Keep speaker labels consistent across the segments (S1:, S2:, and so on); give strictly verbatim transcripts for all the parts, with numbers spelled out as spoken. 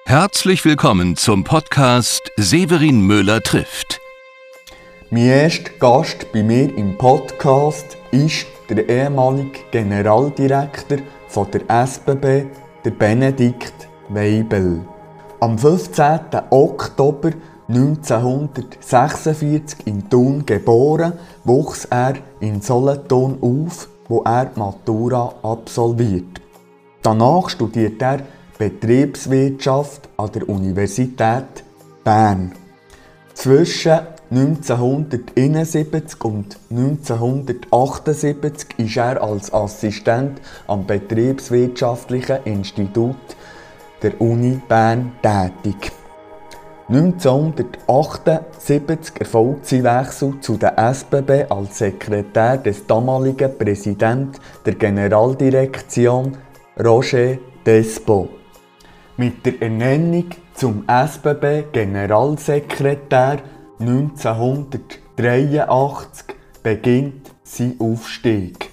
S1: Herzlich willkommen zum Podcast Severin Müller trifft.
S2: Mein erster Gast bei mir im Podcast ist der ehemalige Generaldirektor von der S B B, der Benedikt Weibel. Am fünfzehnten Oktober neunzehnhundertsechsundvierzig in Thun geboren, wuchs er in Solothurn auf, wo er die Matura absolviert. Danach studiert er Betriebswirtschaft an der Universität Bern. Zwischen neunzehnhunderteinundsiebzig und neunzehnhundertachtundsiebzig ist er als Assistent am Betriebswirtschaftlichen Institut der Uni Bern tätig. neunzehnhundertachtundsiebzig erfolgt sein Wechsel zu der S B B als Sekretär des damaligen Präsidenten der Generaldirektion Roger Despo. Mit der Ernennung zum S B B-Generalsekretär neunzehnhundertdreiundachtzig beginnt sein Aufstieg.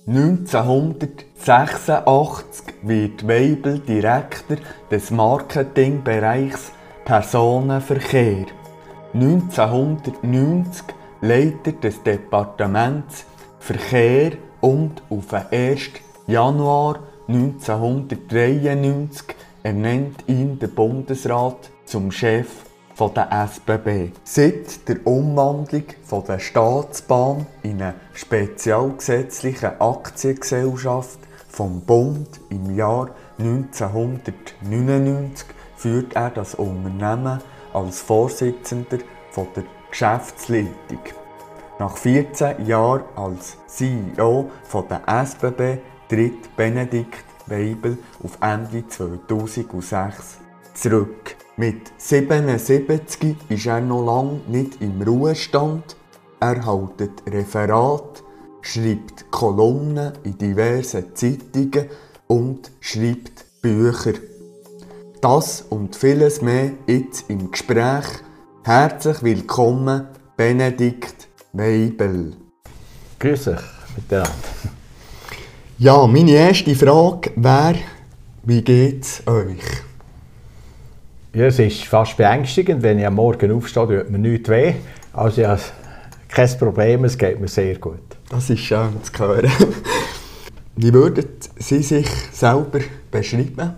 S2: neunzehnhundertsechsundachtzig wird Weibel Direktor des Marketingbereichs Personenverkehr. neunzehnhundertneunzig Leiter des Departements Verkehr und auf den ersten Januar neunzehnhundertdreiundneunzig ernennt ihn der Bundesrat zum Chef der S B B. Seit der Umwandlung von der Staatsbahn in eine spezialgesetzliche Aktiengesellschaft vom Bund im Jahr neunzehnhundertneunundneunzig führt er das Unternehmen als Vorsitzender von der Geschäftsleitung. Nach vierzehn Jahren als C E O von der S B B tritt Benedikt Weibel auf Ende zweitausendsechs zurück. Mit siebenundsiebzig ist er noch lange nicht im Ruhestand. Er hält Referat, schreibt Kolumnen in diversen Zeitungen und schreibt Bücher. Das und vieles mehr jetzt im Gespräch. Herzlich willkommen, Benedikt Weibel.
S3: Grüß euch miteinander.
S2: Ja, meine erste Frage wäre, wie geht's euch?
S3: Ja, es ist fast beängstigend, wenn ich am Morgen aufstehe, tut mir nichts weh. Also ja, kein Problem, es geht mir sehr gut.
S2: Das ist schön zu hören. Wie würden Sie sich selber beschreiben?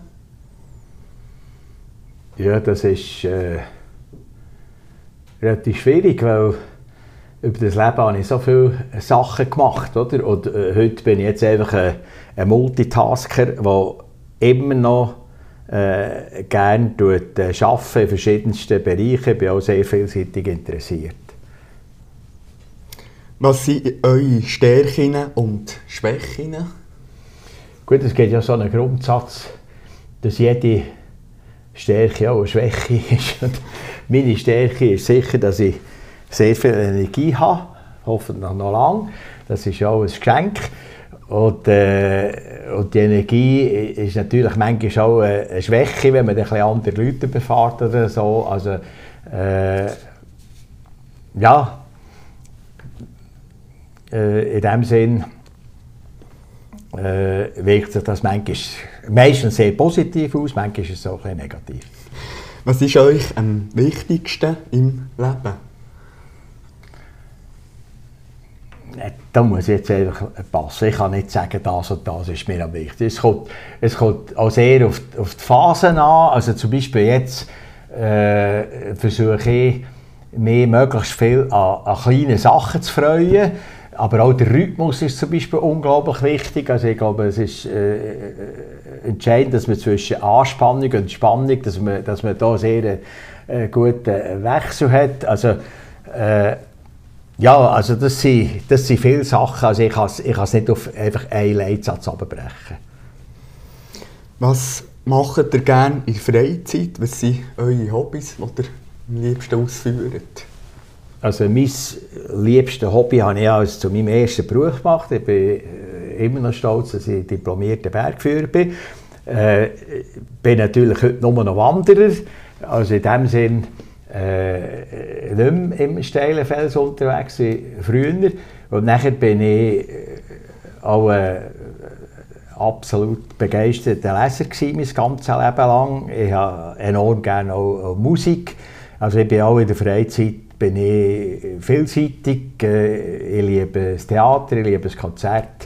S3: Ja, das ist äh, relativ schwierig, weil über das Leben habe ich so viele Sachen gemacht, oder? Und äh, heute bin ich jetzt einfach ein, ein Multitasker, der immer noch äh, gerne tut, äh, arbeiten in verschiedensten Bereichen. Ich bin auch sehr vielseitig interessiert.
S2: Was sind eure Stärken und Schwächen?
S3: Gut, es gibt ja so einen Grundsatz, dass jede Stärke auch eine Schwäche ist. Und meine Stärke ist sicher, dass ich sehr viel Energie habe, hoffentlich noch lange. Das ist auch ein Geschenk. Und, äh, und die Energie ist natürlich manchmal auch eine Schwäche, wenn man ein bisschen andere Leute befährt oder so. Also, äh, ja, äh, in dem Sinn äh, wirkt sich das manchmal, meistens sehr positiv aus, manchmal ist es auch ein bisschen negativ.
S2: Was ist euch am wichtigsten im Leben?
S3: Da muss ich jetzt einfach passen. Ich kann nicht sagen, das und das ist mir am wichtigsten. Es kommt, es kommt auch sehr auf, auf die Phasen an. Also zum Beispiel jetzt äh, versuche ich, mich möglichst viel an, an kleinen Sachen zu freuen. Aber auch der Rhythmus ist zum Beispiel unglaublich wichtig. Also ich glaube, es ist äh, entscheidend, dass man zwischen Anspannung und Spannung, dass man, dass man da sehr äh, guten Wechsel hat. Also, äh, Ja, also das sind, das sind viele Sachen, also ich kann es ich nicht auf einfach einen Leitsatz abbrechen.
S2: Was macht ihr gerne in der Freizeit? Was sind eure Hobbys, die ihr am liebsten ausführt?
S3: Also mein liebstes Hobby habe ich als zu meinem ersten Beruf gemacht. Ich bin immer noch stolz, dass ich diplomierter Bergführer bin. Äh, bin natürlich heute nur noch Wanderer, also in dem Sinn Äh, nicht mehr im steilen Fels unterwegs wie früher. Und nachher bin ich auch äh, absolut begeisterter Leser gewesen, mein ganzes Leben lang. Ich habe enorm gerne auch, auch Musik. Also ich bin auch in der Freizeit bin ich vielseitig. Ich liebe das Theater, ich liebe das Konzert.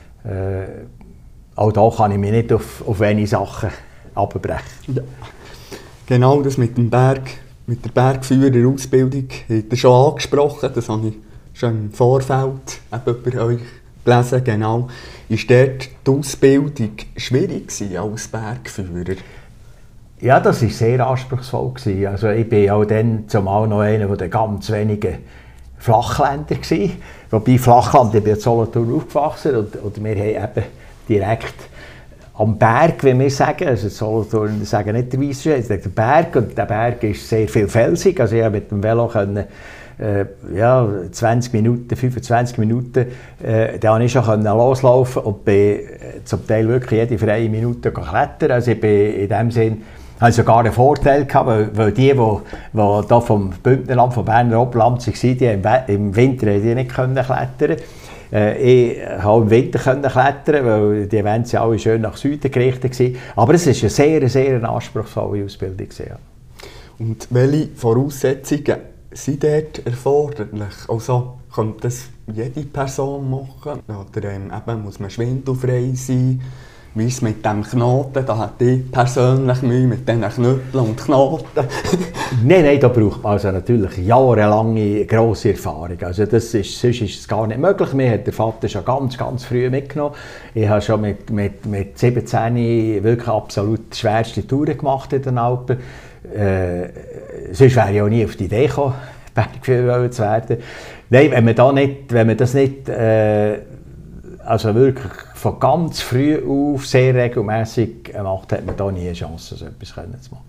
S3: Äh, auch da kann ich mich nicht auf, auf wenige Sachen abbrechen.
S2: Ja. Genau, das mit dem Berg, mit der Bergführerausbildung hat er schon angesprochen. Das habe ich schon im Vorfeld bei euch gelesen. Genau. Ist dort die Ausbildung schwierig gewesen als Bergführer?
S3: Ja, das war sehr anspruchsvoll gewesen. Also ich war auch dann zumal noch einer der ganz wenigen Flachländer gewesen. Wobei Flachland, ich bin in Solothurn aufgewachsen und, und wir haben eben direkt am Berg, wie wir sagen, also Solothurn sagen nicht der Weissensee, es ist der Berg und der Berg ist sehr viel felsig. Also ich konnte mit dem Velo können, äh, ja, zwanzig Minuten, fünfundzwanzig Minuten, äh, da konnte ich schon loslaufen und bin äh, zum Teil wirklich jede freie Minute klettern. Also ich bin in dem Sinn hatte sogar einen Vorteil gehabt, weil, weil die, die, die hier vom Bündnerland, vom Berner Oberland waren, die im, im Winter die nicht können klettern. Äh, ich konnte im Winter können klettern, weil die Events ja alle schön nach Süden gerichtet waren. Aber es war eine sehr, sehr anspruchsvolle Ausbildung. Ja.
S2: Und welche Voraussetzungen sind dort erforderlich? Also, könnte das jede Person machen? Oder ähm, eben, muss man schwindelfrei sein? Wie ist es mit dem Knoten? Da hatte ich persönlich Mühe mit diesen Knüppeln und Knoten.
S3: Nein, nein, da braucht man also natürlich jahrelange grosse Erfahrung. Also das ist, sonst ist es gar nicht möglich. Mir hat der Vater schon ganz, ganz früh mitgenommen. Ich habe schon mit, mit, mit siebzehn wirklich absolut die schwerste Touren gemacht in den Alpen. Äh, sonst wäre ich auch nie auf die Idee gekommen, Bergführer zu werden. Nein, wenn man, da nicht, wenn man das nicht äh, also wirklich von ganz früh auf sehr regelmässig gemacht, hat man da nie eine Chance, so etwas zu machen.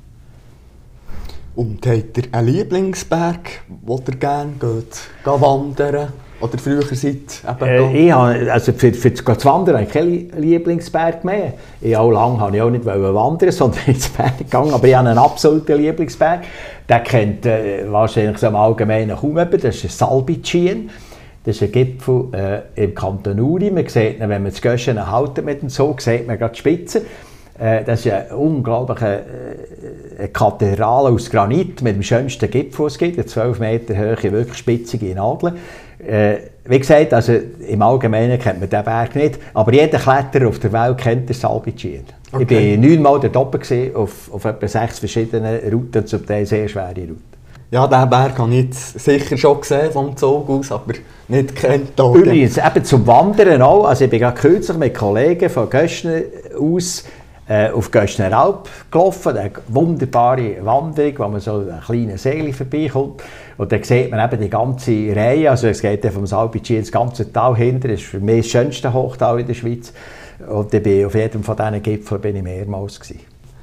S2: Und habt ihr einen Lieblingsberg, wo ihr gerne geht, geht wandern? Oder früher seid
S3: äh, ich habe, also für, für das Wandern habe ich keinen Lieblingsberg mehr. Ich auch lange habe ich auch nicht wandern, sondern ins Berg gegangen. Aber ich habe einen absoluten Lieblingsberg. Den kennt äh, wahrscheinlich so im Allgemeinen kaum jemand. Das ist Salbicien. Das ist ein Gipfel äh, im Kanton Uri. Man sieht ihn, wenn man das Göschen haltet mit dem Zug, sieht man gerade die Spitze. Äh, das ist eine unglaubliche äh, eine Kathedrale aus Granit mit dem schönsten Gipfel, es gibt. Eine zwölf Meter hohe, wirklich spitzige Nadel. Äh, wie gesagt, also im Allgemeinen kennt man diesen Berg nicht, aber jeder Kletterer auf der Welt kennt den Salbicien. Okay. Ich war neunmal dort oben auf, auf etwa sechs verschiedenen Routen, zum Teil sehr schwere Routen.
S2: Ja, diesen Berg habe ich jetzt sicher schon gesehen vom Zug aus, aber nicht kennt.
S3: Übrigens, eben zum Wandern auch. Also ich bin gerade kürzlich mit Kollegen von Göschner aus äh, auf Göschner Alp gelaufen. Eine wunderbare Wanderung, wo man so an einer kleinen Seele vorbeikommt. Und dann sieht man eben die ganze Reihe. Also es geht vom Salbicien ins ganze Tal hinter. Das ist für mich das schönste Hochtal in der Schweiz. Und ich bin auf jedem von diesen Gipfeln bin ich mehrmals gewesen.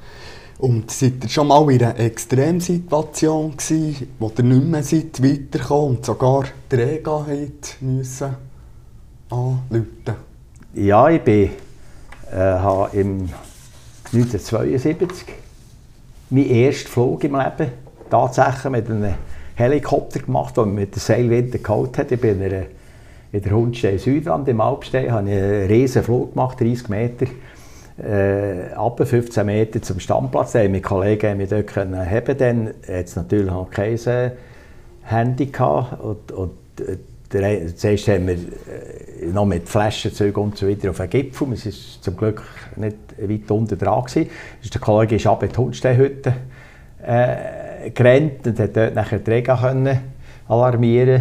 S2: Und seid ihr schon mal in einer Extremsituation gewesen, wo ihr nicht mehr seid weitergekommen und sogar die Rega habt müssen anrufen?
S3: Ja, ich bin, äh, habe im neunzehnhundertzweiundsiebzig meinen ersten Flug im Leben tatsächlich mit einem Helikopter gemacht, den man mit der Seilwinde geholt hat. Ich bin in, einer, in der Hundstein Südwand im Alpstein, habe einen riesen Flug gemacht, dreißig Meter. Äh, ab fünfzehn Meter zum Standplatz. Meine Kollegen haben mich dort können heben. Dann hatte es natürlich noch kein äh, Handy gehabt. Und, und äh, zuerst haben wir äh, noch mit Flaschenzeug und so weiter auf den Gipfel. Wir waren zum Glück nicht weit unten dran gewesen. Der Kollege ist ab in die Hundsteinhütte äh, gerannt und hat dort nachher die Rega können alarmieren.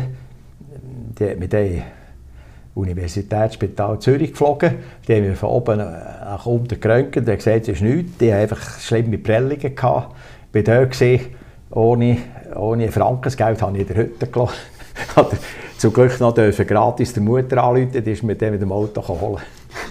S3: Die hat mit dem Universitätsspital Zürich geflogen. Die haben wir von oben nach unten geröntgt und gesagt, es ist nichts. Die hatten einfach schlimme Prellungen gehabt. Ich war dort, ohne, ohne Frankensgeld, habe ich in der Hütte gelassen. Zum Glück noch dürfen gratis der Mutter anrufen, die ist mit dem mit dem Auto holen.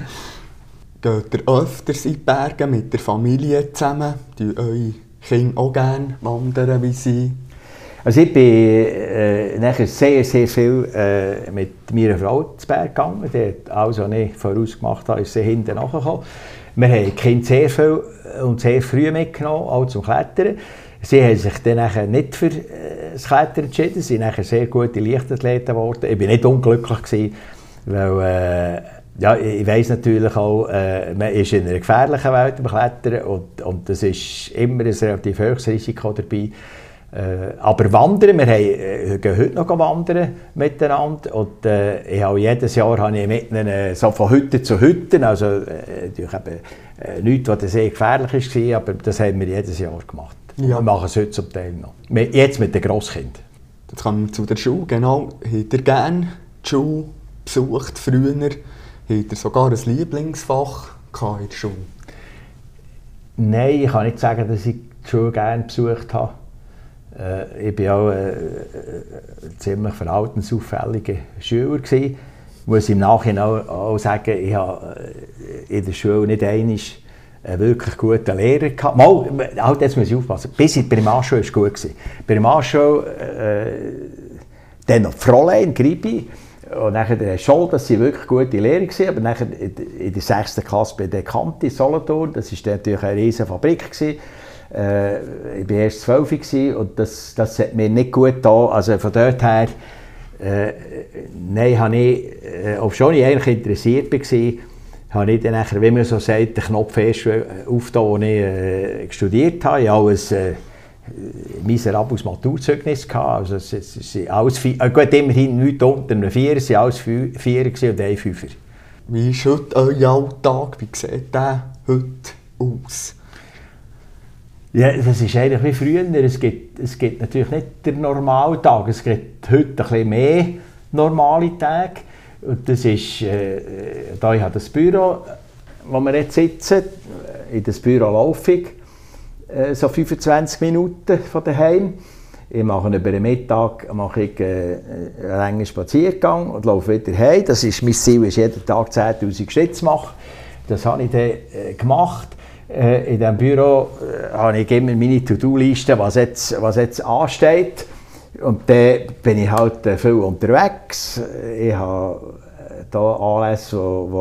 S2: Geht ihr öfters in die Berge mit der Familie zusammen? Die eure Kinder auch gerne wandern wie sie?
S3: Also ich bin äh, nachher sehr, sehr viel äh, mit meiner Frau zu Berg gegangen. Die hat alles, was ich vorausgemacht habe, ist sie hinten nachgekommen. Wir haben die Kinder sehr viel und sehr früh mitgenommen, auch zum Klettern. Sie haben sich dann nachher nicht für äh, das Klettern entschieden. Sie sind nachher sehr gute Leichtathleten geworden. Ich war nicht unglücklich gewesen, weil äh, Ja, ich weiss natürlich auch, äh, man ist in einer gefährlichen Welt im Klettern und, und das ist immer ein relativ hohes Risiko dabei. Äh, aber wandern, wir haben, äh, gehen heute noch wandern miteinander und äh, ich habe jedes Jahr habe ich mit ihnen, so von Hütte zu Hütte, also äh, natürlich eben, äh, nichts, was sehr gefährlich war, aber das haben wir jedes Jahr gemacht. Ja. Wir machen es heute zum Teil noch. Jetzt mit den Grosskindern.
S2: Jetzt kommen wir zu der Schule, genau. Habt ihr gerne die Schule besucht früher? Habt ihr sogar ein Lieblingsfach in der Schule?
S3: Nein, ich kann nicht sagen, dass ich die Schule gerne besucht habe. Äh, ich war auch äh, ein ziemlich verhaltensauffälliger Schüler gewesen. Ich muss im Nachhinein auch, auch sagen, ich habe in der Schule nicht einmal einen wirklich guten Lehrer gehabt. Mal, halt jetzt muss ich aufpassen. Bis in der Primarschule war es gut. Bei der Primarschule, äh, dann noch Fräulein Gribi. Und dann der Scholl, das waren wirklich gute Lehrer gewesen, aber nachher in der sechsten Klasse bei der Kante Solothurn, das war natürlich eine riesige Fabrik gewesen. Äh, ich war erst zwölf und das, das hat mir nicht gut getan. Also von dort her, äh, nein, habe ich, äh, obwohl ich eigentlich interessiert war, habe ich dann nachher, wie man so sagt, den Knopf erst aufgetan, als ich äh, studiert habe. Ich habe ein äh, miserables Maturzeugnis gehabt. Also es, es, es sind alles vier, äh, gut, immerhin nichts unter einem Vierer, es waren alles Vierer und ein Fünfer.
S2: Wie ist heute euer Alltag? Wie sieht der heute aus?
S3: Ja, das ist eigentlich wie früher. Es gibt, es gibt natürlich nicht den Normaltag. Es gibt heute ein bisschen mehr normale Tage. Und das ist, äh, da ich habe das Büro, wo wir jetzt sitzen. In das Büro laufe ich äh, so fünfundzwanzig Minuten von daheim. Ich mache über den Mittag mache ich, äh, einen langen Spaziergang und laufe wieder heim. Das ist, mein Ziel ist, jeden Tag zehntausend Schritte zu machen. Das habe ich dann äh, gemacht. In diesem Büro äh, habe ich immer meine To-Do-Liste, was jetzt, was jetzt ansteht. Und dann bin ich halt äh, viel unterwegs. Ich habe hier Anlässe,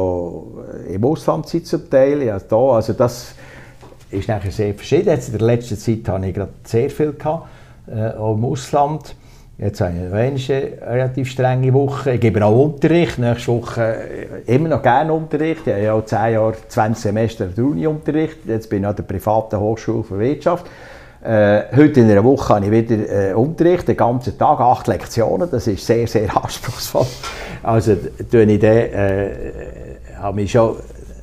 S3: die im Ausland sind zum Teil. Ich habe hier, also das ist nachher sehr verschieden. Jetzt in der letzten Zeit hatte ich gerade sehr viel gehabt, äh, auch im Ausland. Jetzt habe ich eine relativ strenge Woche. Ich gebe auch Unterricht. Nächste Woche immer noch gerne Unterricht. Ich habe ja auch zehn Jahre, zwanzig Semester an der Uni Unterricht. Jetzt bin ich an der privaten Hochschule für Wirtschaft. Äh, heute in einer Woche habe ich wieder äh, Unterricht, den ganzen Tag, acht Lektionen. Das ist sehr, sehr anspruchsvoll. Also tue ich dann, äh, habe mich schon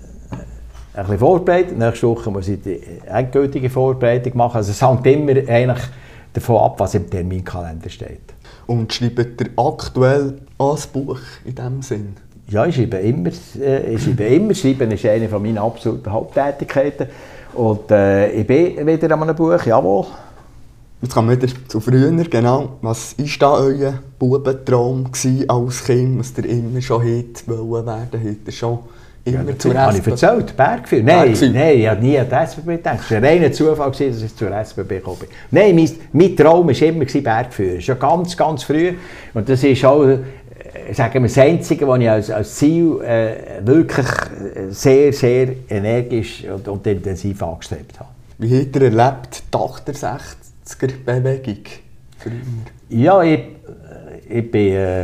S3: ein bisschen vorbereitet. Nächste Woche muss ich die endgültige Vorbereitung machen. Also es hängt immer eigentlich davon ab, was im Terminkalender steht.
S2: Und schreibt ihr aktuell ein Buch in diesem Sinn?
S3: Ja, ich schreibe immer. Äh, ich schreibe immer. Schreiben ist eine meiner absoluten Haupttätigkeiten. Und äh, ich bin wieder an einem Buch, jawohl.
S2: Jetzt kommen wir wieder zu früher. Genau. Was war da euer Bubentraum als Kind, was ihr immer schon hätte wollen werden? Habt ihr schon immer
S3: ja,
S2: zur
S3: S B B? Habe ich erzählt? Bergführer? Nein, nein, ich habe nie an die S B B gedacht. Es war ein reiner Zufall, dass ich zur S B B gekommen bin. Nein, mein, mein Traum war immer Bergführer. Schon ganz, ganz früh. Und das ist auch, sagen wir, das Einzige, was ich als, als Ziel äh, wirklich sehr, sehr energisch und, und intensiv angestrebt habe.
S2: Wie habt ihr erlebt die achtundsechziger-Bewegung früher?
S3: Ja, ich, ich bin... Äh,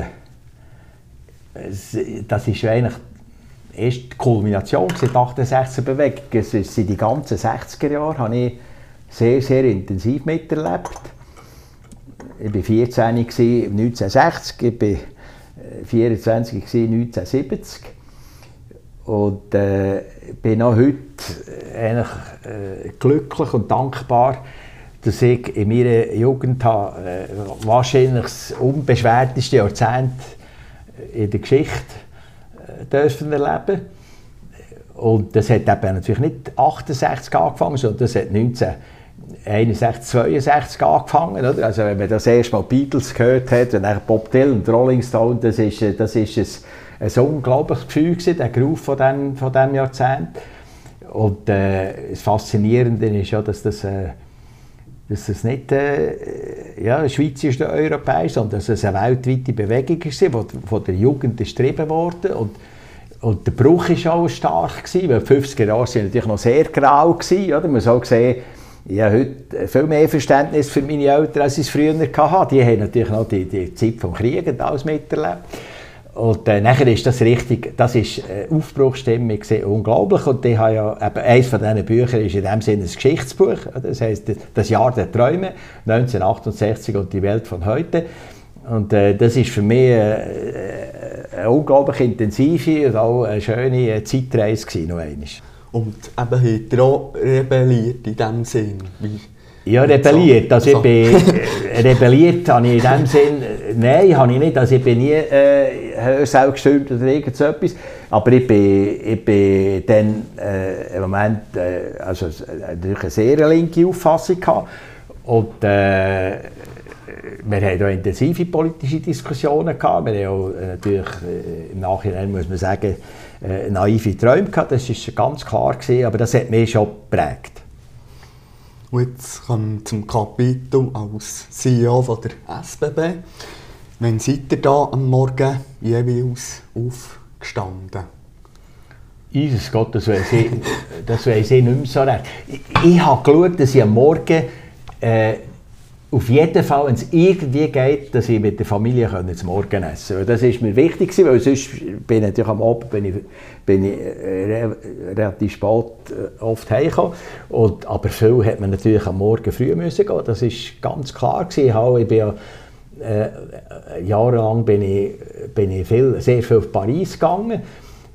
S3: das ist eigentlich erst die Kulmination der achtundsechziger-Bewegung. Es ist in die ganzen sechziger Jahre habe ich sehr, sehr intensiv miterlebt. Ich war vierzehn neunzehnhundertsechzig, ich war vierundzwanzig neunzehnhundertsiebzig und äh, bin auch heute eigentlich, äh, glücklich und dankbar, dass ich in meiner Jugend habe, äh, wahrscheinlich das unbeschwerteste Jahrzehnt in der Geschichte äh, dürfen erleben. Und das hat eben natürlich nicht achtundsechzig angefangen, sondern das hat neunzehnhunderteinundsechzig, zweiundsechzig angefangen. Oder? Also wenn man das erste Mal Beatles gehört hat und dann Bob Dylan und Rolling Stone, das ist, das ist ein, ein unglaubliches Gefühl gewesen, der Groove von diesem von dem Jahrzehnt. Und äh, das Faszinierende ist ja, dass das, äh, dass das nicht äh, ja, schweizerisch oder europäisch, sondern dass es eine weltweite Bewegung war, die von der Jugend getrieben wurde. Und Und der Bruch war auch stark, weil die fünfziger Jahre waren natürlich noch sehr grau. Oder? Man muss auch sehen, ich habe heute viel mehr Verständnis für meine Eltern, als ich es früher hatte. Die haben natürlich noch die, die Zeit des Krieges und alles miterlebt. Und äh, nachher ist das richtig, das ist eine Aufbruchsstimmung, unglaublich. Und ich habe ja, eben, eines von diesen Büchern ist in dem Sinne ein Geschichtsbuch, das heisst «Das Jahr der Träume», neunzehnhundertachtundsechzig und die Welt von heute. Und äh, das ist für mich äh, eine unglaublich intensive und auch eine schöne Zeitreise gewesen, noch einmal.
S2: Und eben hat er auch rebelliert in dem Sinn? Wie
S3: ja, rebelliert. Also ich bin, äh, rebelliert habe ich in dem Sinn, nein, habe ich nicht. Also ich bin nie äh, Hörsaal gestürmt oder irgend so etwas. Aber ich bin, ich bin dann äh, im Moment äh, also, äh, eine sehr linke Auffassung gehabt. Und äh, wir hatten auch intensive politische Diskussionen gehabt. Wir haben auch äh, natürlich äh, im Nachhinein, muss man sagen, äh, naive Träume gehabt. Das war ganz klar gewesen, aber das hat mich schon geprägt.
S2: Und jetzt kommen wir zum Kapitel als C E O von der S B B. Wann seid ihr da am Morgen jeweils aufgestanden?
S3: Jesus Gott, das weiss ich, das weiss ich nicht mehr so recht. Ich, ich habe geschaut, dass ich am Morgen äh, auf jeden Fall, wenn es irgendwie geht, dass ich mit der Familie zum Morgen essen kann. Das war mir wichtig, weil sonst bin ich natürlich am Abend bin ich, bin ich re, relativ spät äh, oft heimgekommen. Und, aber viel hat man natürlich am Morgen früh müssen gehen. Das war ganz klar gewesen. Ich bin ja, äh, jahrelang bin ich, bin ich viel, sehr viel auf Paris gegangen.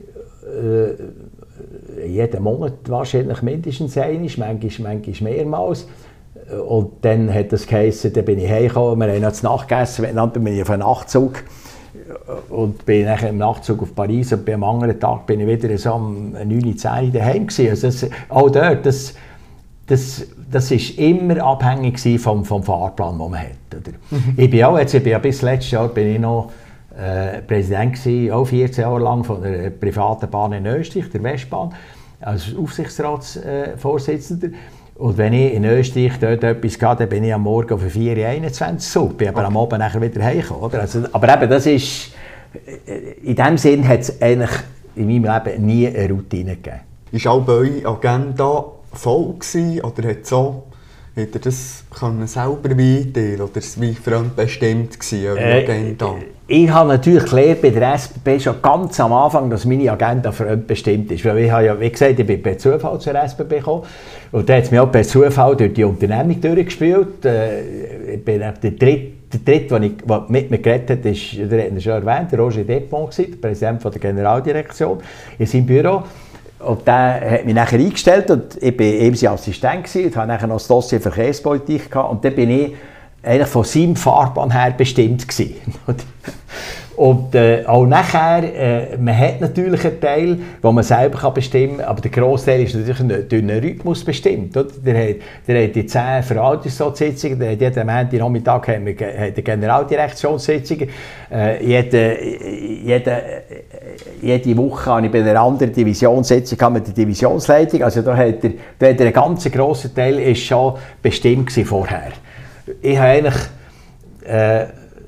S3: Äh, jeden Monat wahrscheinlich mindestens einmal, manchmal, manchmal mehrmals. Und dann hat das geheißen, dann bin ich heimgekommen, wir haben noch zu Nacht gegessen, dann bin ich auf einen Nachtzug und bin nachher im Nachtzug auf Paris und am anderen Tag bin ich wieder so um neun, zehn daheim gewesen. Also das, auch dort, das, das, das ist immer abhängig vom, vom Fahrplan, den man hat. Oder? Mhm. Ich bin auch, jetzt, ich bin ja bis letztes Jahr bin ich noch äh, Präsident gewesen, auch vierzehn Jahre lang von der privaten Bahn in Österreich, der Westbahn, als Aufsichtsratsvorsitzender. Äh, Und wenn ich in Österreich dort etwas gehe, dann bin ich am Morgen auf vier Uhr einundzwanzig Zug, bin aber okay. am Abend nachher wieder heimgekommen. Also, aber eben, das ist, in dem Sinn hat es eigentlich in meinem Leben nie eine Routine gegeben.
S2: War auch bei euch Agenda voll gewesen, oder hat so, hat ihr das können selber einteilen oder war es wie fremdbestimmt gewesen, eure äh, Agenda?
S3: Ich habe natürlich gelernt bei der S B B schon ganz am Anfang, dass meine Agenda fremdbestimmt ist. Weil ich habe ja, wie gesagt, ich bin per Zufall zur S B B gekommen. Und da hat es mich auch per Zufall durch die Unternehmung durchgespielt. Äh, ich bin der dritte, der dritte, der, der mit mir geredet hat, ist, der hat ihn schon erwähnt, der Roger Depont, der Präsident der Generaldirektion in seinem Büro. Und der hat mich nachher eingestellt und ich war ihm sein Assistent gewesen, und hatte nachher noch das Dossier Verkehrspolitik gehabt. Und dann bin ich eigentlich von seinem Fahrplan her bestimmt gewesen. Und äh, auch nachher, äh, man hat natürlich einen Teil, den man selber bestimmen kann, aber der Grossteil ist natürlich durch einen Rhythmus bestimmt. Oder? Der, hat, der hat die zehn Verwaltungsratssitzungen, der hat jeden Montagnachmittag haben wir hat die Generaldirektionssitzungen. Äh, jede, jede, jede Woche habe ich bei einer anderen Divisionssitzung mit der Divisionsleitung. Also da hat der, der, der ganze grosse Teil ist schon bestimmt gewesen vorher. Ich habe eigentlich äh,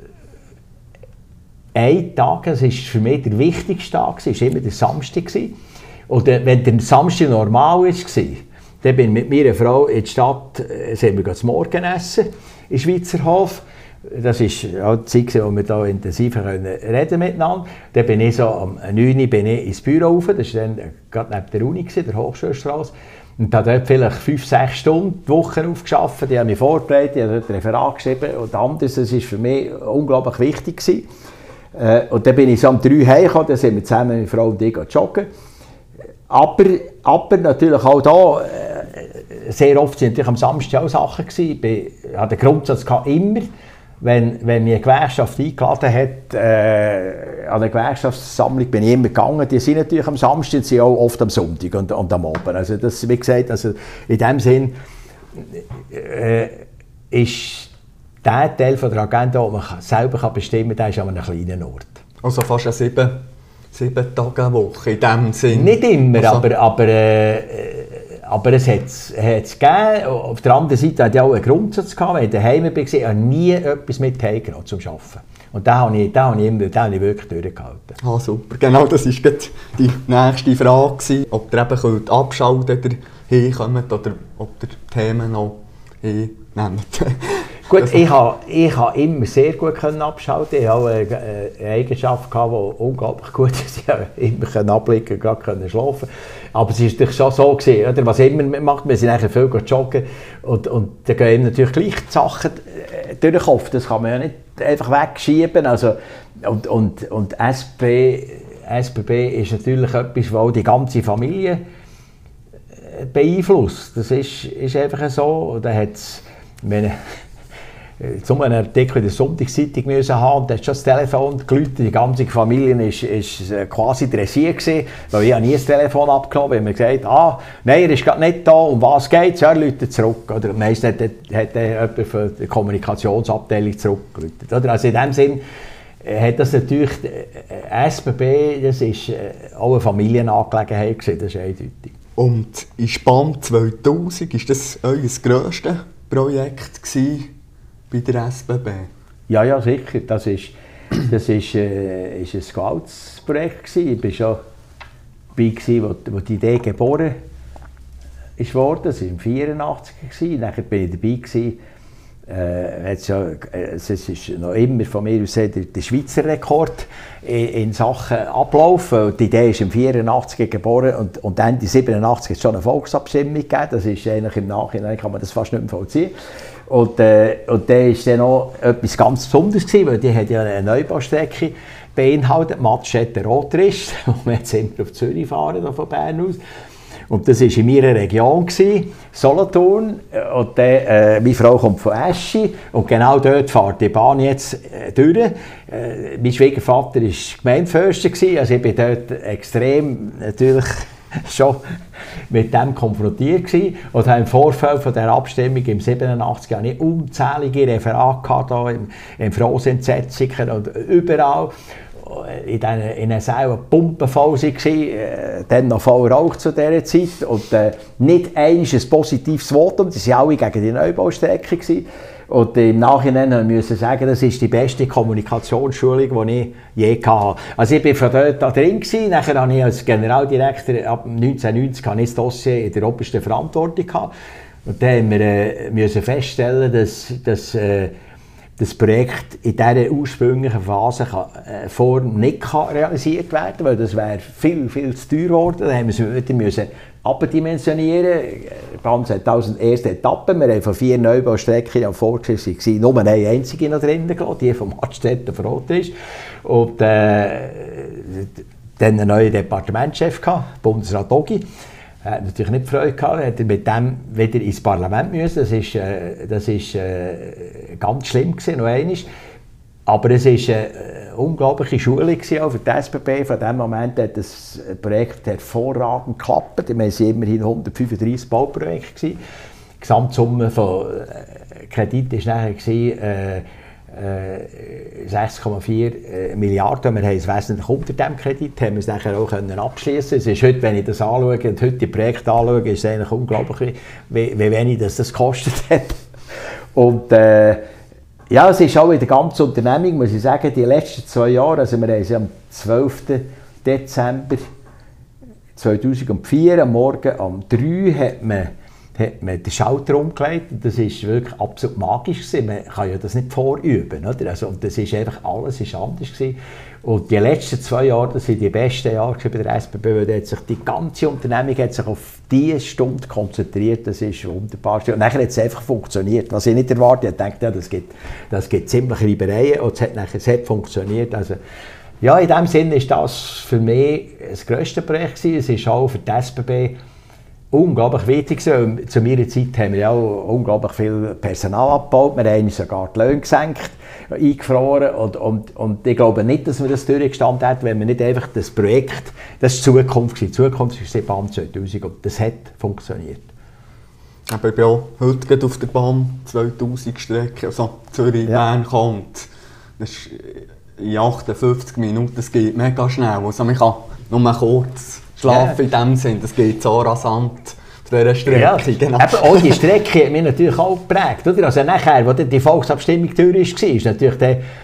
S3: ein Tag, das war für mich der wichtigste Tag, war immer der Samstag. Und äh, wenn der Samstag normal war, dann bin ich mit meiner Frau in die Stadt, äh, sind wir zum Morgenessen in Schweizerhof. Das war auch die Zeit, wo wir da intensiver reden miteinander. Dann bin ich so am neun Uhr bin ich ins Büro rauf, das war dann gerade neben der Uni, der Hochschulstrasse. Und habe dort vielleicht fünf, sechs Stunden die Woche aufgearbeitet, die habe mich vorbereitet, ich habe dort ein Referat geschrieben und anderes, das war für mich unglaublich wichtig gewesen. Äh, und dann bin ich so um drei Uhr heimgekommen, dann sind wir zusammen, meine Frau und ich, joggen. Aber, aber natürlich auch da, äh, sehr oft sind natürlich am Samstag auch Sachen gewesen. Ich hatte den Grundsatz gehabt, immer, wenn, wenn mich eine Gewerkschaft eingeladen hat, äh, an eine Gewerkschaftssammlung bin ich immer gegangen. Die sind natürlich am Samstag, sind auch oft am Sonntag und, und am Abend. Also das, wie gesagt, also in dem Sinn äh, ist der Teil von der Agenda, den man selber bestimmen kann, der ist an einem kleinen Ort.
S2: Also fast eine sieben, sieben Tage Woche in dem Sinn?
S3: Nicht immer,
S2: also,
S3: aber, aber, äh, aber es hat es gegeben. Auf der anderen Seite hatte ich auch einen Grundsatz gehabt, wenn ich daheim war, ich habe nie etwas mit heimgenommen zum Arbeiten. Und den habe ich, den habe ich, immer, den habe ich wirklich durchgehalten.
S2: Ah, super. Genau, das war die nächste Frage gewesen, ob ihr eben könnt abschalten könnt, hinkommt oder ob ihr Themen noch hinnehmt.
S3: Gut, also, ich habe ich ha immer sehr gut können abschalten. Ich habe eine, eine Eigenschaft gehabt, die unglaublich gut ist. Ich konnte immer abblicken und gerade schlafen. Aber es war natürlich schon so gewesen, oder? Was immer man macht, wir sind nachher viel joggen und, und dann gehen natürlich gleich die Sachen durch den Kopf. Das kann man ja nicht einfach wegschieben. Also, und, und, und S B B ist natürlich etwas, was die ganze Familie beeinflusst. Das ist, ist einfach so. Da hat's, meine, zum einen Artikel in der Sonntagszeitung müssen haben, und da hat schon das Telefon geläutet, die ganze Familie war quasi dressiert gewesen, weil ich nie das Telefon abgenommen habe, weil man gesagt ah, nein, er ist gerade nicht da, um was geht es? Ja, er läutet zurück. Oder meistens hat, hat jemand von der Kommunikationsabteilung zurückgeläutet. Oder? Also in dem Sinn hat das natürlich, S B B, das ist auch eine Familienangelegenheit gewesen, das ist eindeutig.
S2: Und in Spann zweitausend, war das euer grösstes Projekt gewesen bei der S B B?
S3: Ja, ja, sicher. Das war das ist, äh, ist ein Gewaltsprojekt. Ich war schon dabei, wo, wo die Idee geboren ist worden. Das war im vierundachtzig. Nachher war ich dabei. Gewesen. Äh, ja, es ist noch immer von mir aus der, der Schweizer Rekord in, in Sachen Ablauf. Die Idee ist im vierundachtzig geboren und, und Ende siebenundachtzig hat es schon eine Volksabstimmung gegeben. Das ist eigentlich im Nachhinein kann man das fast nicht mehr vollziehen. Und, äh, und da war dann noch etwas ganz Besonderes gewesen, weil die hat ja eine Neubaustrecke beinhaltet, Matschette-Rotrist, wo wir jetzt immer auf Zürich fahren, von Bern aus. Und das war in meiner Region, Solothurn. Und dann, äh, meine Frau kommt von Eschi und genau dort fährt die Bahn jetzt äh, durch. Äh, mein Schwiegervater war Gemeindeförster, also ich war dort extrem natürlich schon mit dem konfrontiert gewesen. Und im Vorfeld von der Abstimmung im siebenundachtzig hatte ich unzählige Referate gehabt, hier im, im Frohsinnsetzungen und überall. In diesen Sälen pumpenvoll waren, äh, dann noch voll Rauch zu dieser Zeit und äh, nicht einmal ein positives Votum, das waren alle gegen die Neubaustrecke gewesen. Und im Nachhinein müssen wir sagen, das ist die beste Kommunikationsschulung, die ich je hatte. Also ich war von dort da drin gewesen, nachher habe ich als Generaldirektor ab neunzehnhundertneunzig habe ich das Dossier in der obersten Verantwortung gehabt. Und dann mussten wir äh, müssen feststellen, dass, dass äh, das Projekt in dieser ursprünglichen Phase kann, äh, Form nicht kann realisiert werden kann, weil das wäre viel, viel zu teuer geworden. Da haben wir müssen abdimensionieren. Ganz zweitausend erste Etappe. Wir haben von vier Neubaustrecken vorgesehen, waren nur eine einzige noch drin, die vom Matschstedt auf Rotrist. Und äh, dann einen neuen Departementschef gehabt, Bundesrat Ogi. Er hat natürlich nicht Freude gehabt, hat er mit dem wieder ins Parlament müssen. Das ist, äh, das ist äh, ganz schlimm gewesen, noch einmal. Aber es war eine unglaubliche Schulung auch für die S B B. Von diesem Moment hat das Projekt hervorragend geklappt. Wir waren immerhin hundertfünfunddreissig Bauprojekte. Die Gesamtsumme von Kredit war nachher äh, sechs Komma vier Milliarden. Wir haben es wesentlich unter diesem Kredit, haben wir es nachher auch abschließen. Es ist heute, wenn ich das anschaue und heute die Projekte anschaue, ist es eigentlich unglaublich, wie, wie wenig das, das gekostet hat. Und äh, ja, es ist auch in der ganzen Unternehmung, muss ich sagen, die letzten zwei Jahre, also wir haben sie am zwölften Dezember zweitausendvier, am Morgen um drei hat man hat man den Schalter umgelegt und das war wirklich absolut magisch gewesen. Man kann ja das nicht vorüben, oder? Also, und das ist einfach, alles ist anders gewesen. Und die letzten zwei Jahre, das sind die besten Jahre bei der S B B, weil hat sich die ganze Unternehmung hat sich auf diese Stunde konzentriert, das ist wunderbar. Und nachher hat es einfach funktioniert, was ich nicht erwartet habe. Ich dachte, ja, das gibt, das gibt ziemlich Reibereien und es hat nachher es hat funktioniert. Also, ja, in dem Sinne ist das für mich das grösste Projekt gewesen. Es ist auch für die S B B unglaublich wichtig. Zu meiner Zeit haben wir ja auch unglaublich viel Personal abgebaut. Wir haben sogar die Löhne gesenkt, eingefroren. Und, und, und ich glaube nicht, dass wir das durchgestanden hätten, wenn wir nicht einfach das Projekt, das ist die Zukunft. Die Zukunft ist die Bahn zweitausend und das hat funktioniert.
S2: Aber ich bin auch heute auf der Bahn zweitausend Strecke, also Zürich-Bern ja. kommt. Das ist in achtundfünfzig Minuten, das geht mega schnell. Also man kann nur kurz schlafen ja. in dem Sinn, das geht so rasant auf dieser Strecke. Ja, genau.
S3: Eben, auch die Strecke hat mich natürlich auch geprägt. Oder? Also nachher, als die Volksabstimmung durch war, ist natürlich der,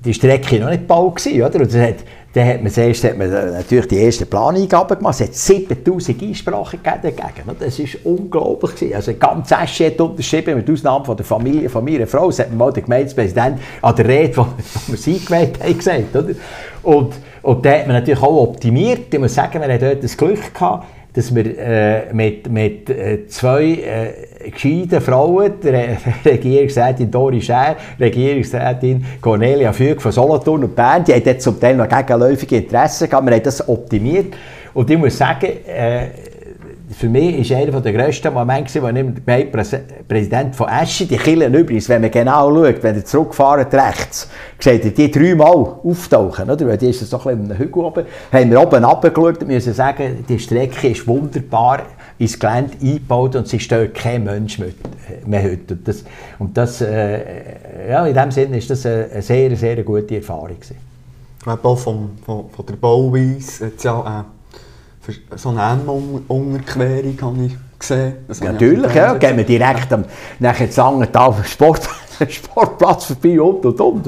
S3: die Strecke noch nicht gebaut gewesen, oder? Und das hat, dann hat man zuerst hat man natürlich die ersten Planeingaben gemacht. Es hat siebentausend Einsprachen dagegen. Das war unglaublich gewesen. Also ganz Esche hat unterschrieben, mit Ausnahme von der Familie, von meiner Frau. Das hat mir mal der Gemeindepräsident an der Rede, wo, wo wir sie gewählt haben, gesagt, oder? Und, und da hat man natürlich auch optimiert. Ich muss sagen, wir hatten dort das Glück gehabt, dass wir äh, mit, mit äh, zwei äh, gescheiten Frauen, der Regierungsrätin Dori Schär, Regierungsrätin Cornelia Füg von Solothurn und Bern, die haben dort zum Teil noch gegenläufige Interessen gehabt. Wir haben das optimiert. Und ich muss sagen, äh, für mich ist einer der grössten Momente, als ich der Präsident von Eschi, die Kirchen übrigens, wenn man genau schaut, wenn ihr zurückfahrt rechts, seht ihr die dreimal auftauchen, oder? Weil die ist so ein bisschen in einem Hügel oben. Haben wir oben runtergeschaut und müssen sagen, die Strecke ist wunderbar ins Gelände eingebaut und sie steht kein Mensch mehr, mehr heute. Und das, und das äh, ja, in dem Sinne war das eine, eine sehr, sehr gute Erfahrung gewesen.
S2: Ich glaube auch von, von, von der Bauweise hat es ja äh für so eine M-Unterquerung habe ich gesehen. Das
S3: ja, natürlich, ja. Gehen wir direkt am nachher Zangental Sport, Sportplatz vorbei und und und.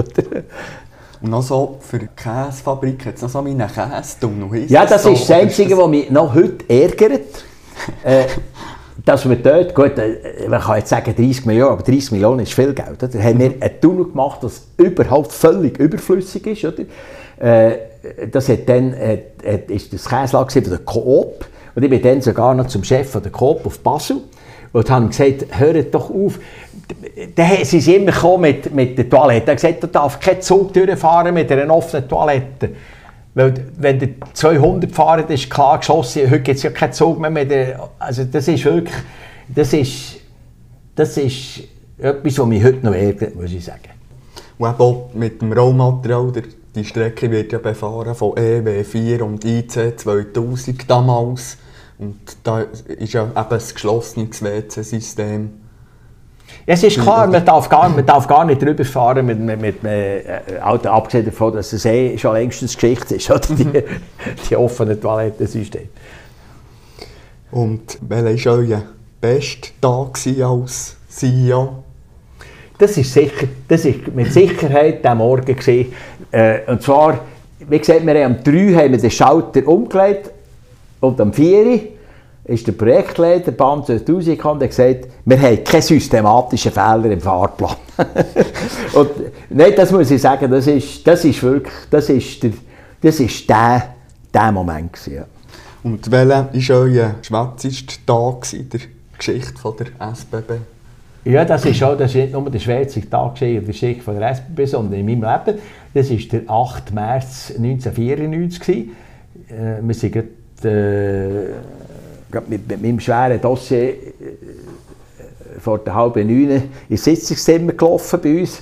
S2: Und noch so für die Käsefabrik hat es noch so einen Käsetunnel.
S3: Ja, das
S2: so,
S3: ist das Einzige, was mich noch heute ärgert. äh, dass wir dort, gut, man kann jetzt sagen dreißig Millionen, aber dreißig Millionen ist viel Geld. Oder? Da haben wir einen Tunnel gemacht, der überhaupt völlig überflüssig ist. Oder? Äh, das hat dann, äh, ist das Käslager von der Coop. Und ich bin dann sogar noch zum Chef von der Coop auf Basel und habe gesagt, hört doch auf. Dann sind sie immer gekommen mit, mit der Toilette. Er hat gesagt, du darfst keinen Zug durchfahren mit einer offenen Toilette. Weil, wenn der zweihundert fahren, ist klar geschossen, heute gibt es ja keinen Zug mehr mit der, also das ist wirklich, das ist, das ist etwas, was mich heute noch ärgert, muss ich sagen.
S2: Und eben auch mit dem Rollmaterial, die Strecke wird ja befahren von E W vier und I C zweitausend damals. Und da ist ja eben ein geschlossenes W C-System.
S3: Ja, es ist klar, man darf gar, man darf gar nicht drüber fahren, mit, mit, mit, äh, abgesehen davon, dass es eh schon längstens Geschichte ist, oder? Die, die offenen Toilettensysteme.
S2: Und welcher war euer bester Tag als C E O?
S3: Das ist sicher, das ist mit Sicherheit der Morgen gewesen. Äh, und zwar, wie gesagt, wir haben am drei haben wir den Schalter umgelegt und am vier ist der Projektleiter Bahn zweitausend gekommen und hat gesagt, wir haben keine systematischen Fehler im Fahrplan. Und nein, das muss ich sagen, das ist, das ist wirklich, das ist der, das ist der, der Moment gewesen, ja.
S2: Und welcher war euer schwärzeste Tag in der Geschichte von der S B B?
S3: Ja, das ist auch, das ist nicht nur der schwärzeste Tag in der Geschichte von der S B B, sondern in meinem Leben. Das war der achte März neunzehnhundertvierundneunzig. Äh, wir sind gerade, äh, gerade mit, mit meinem schweren Dossier äh, vor der halben neun ins Sitzungszimmer gelaufen bei uns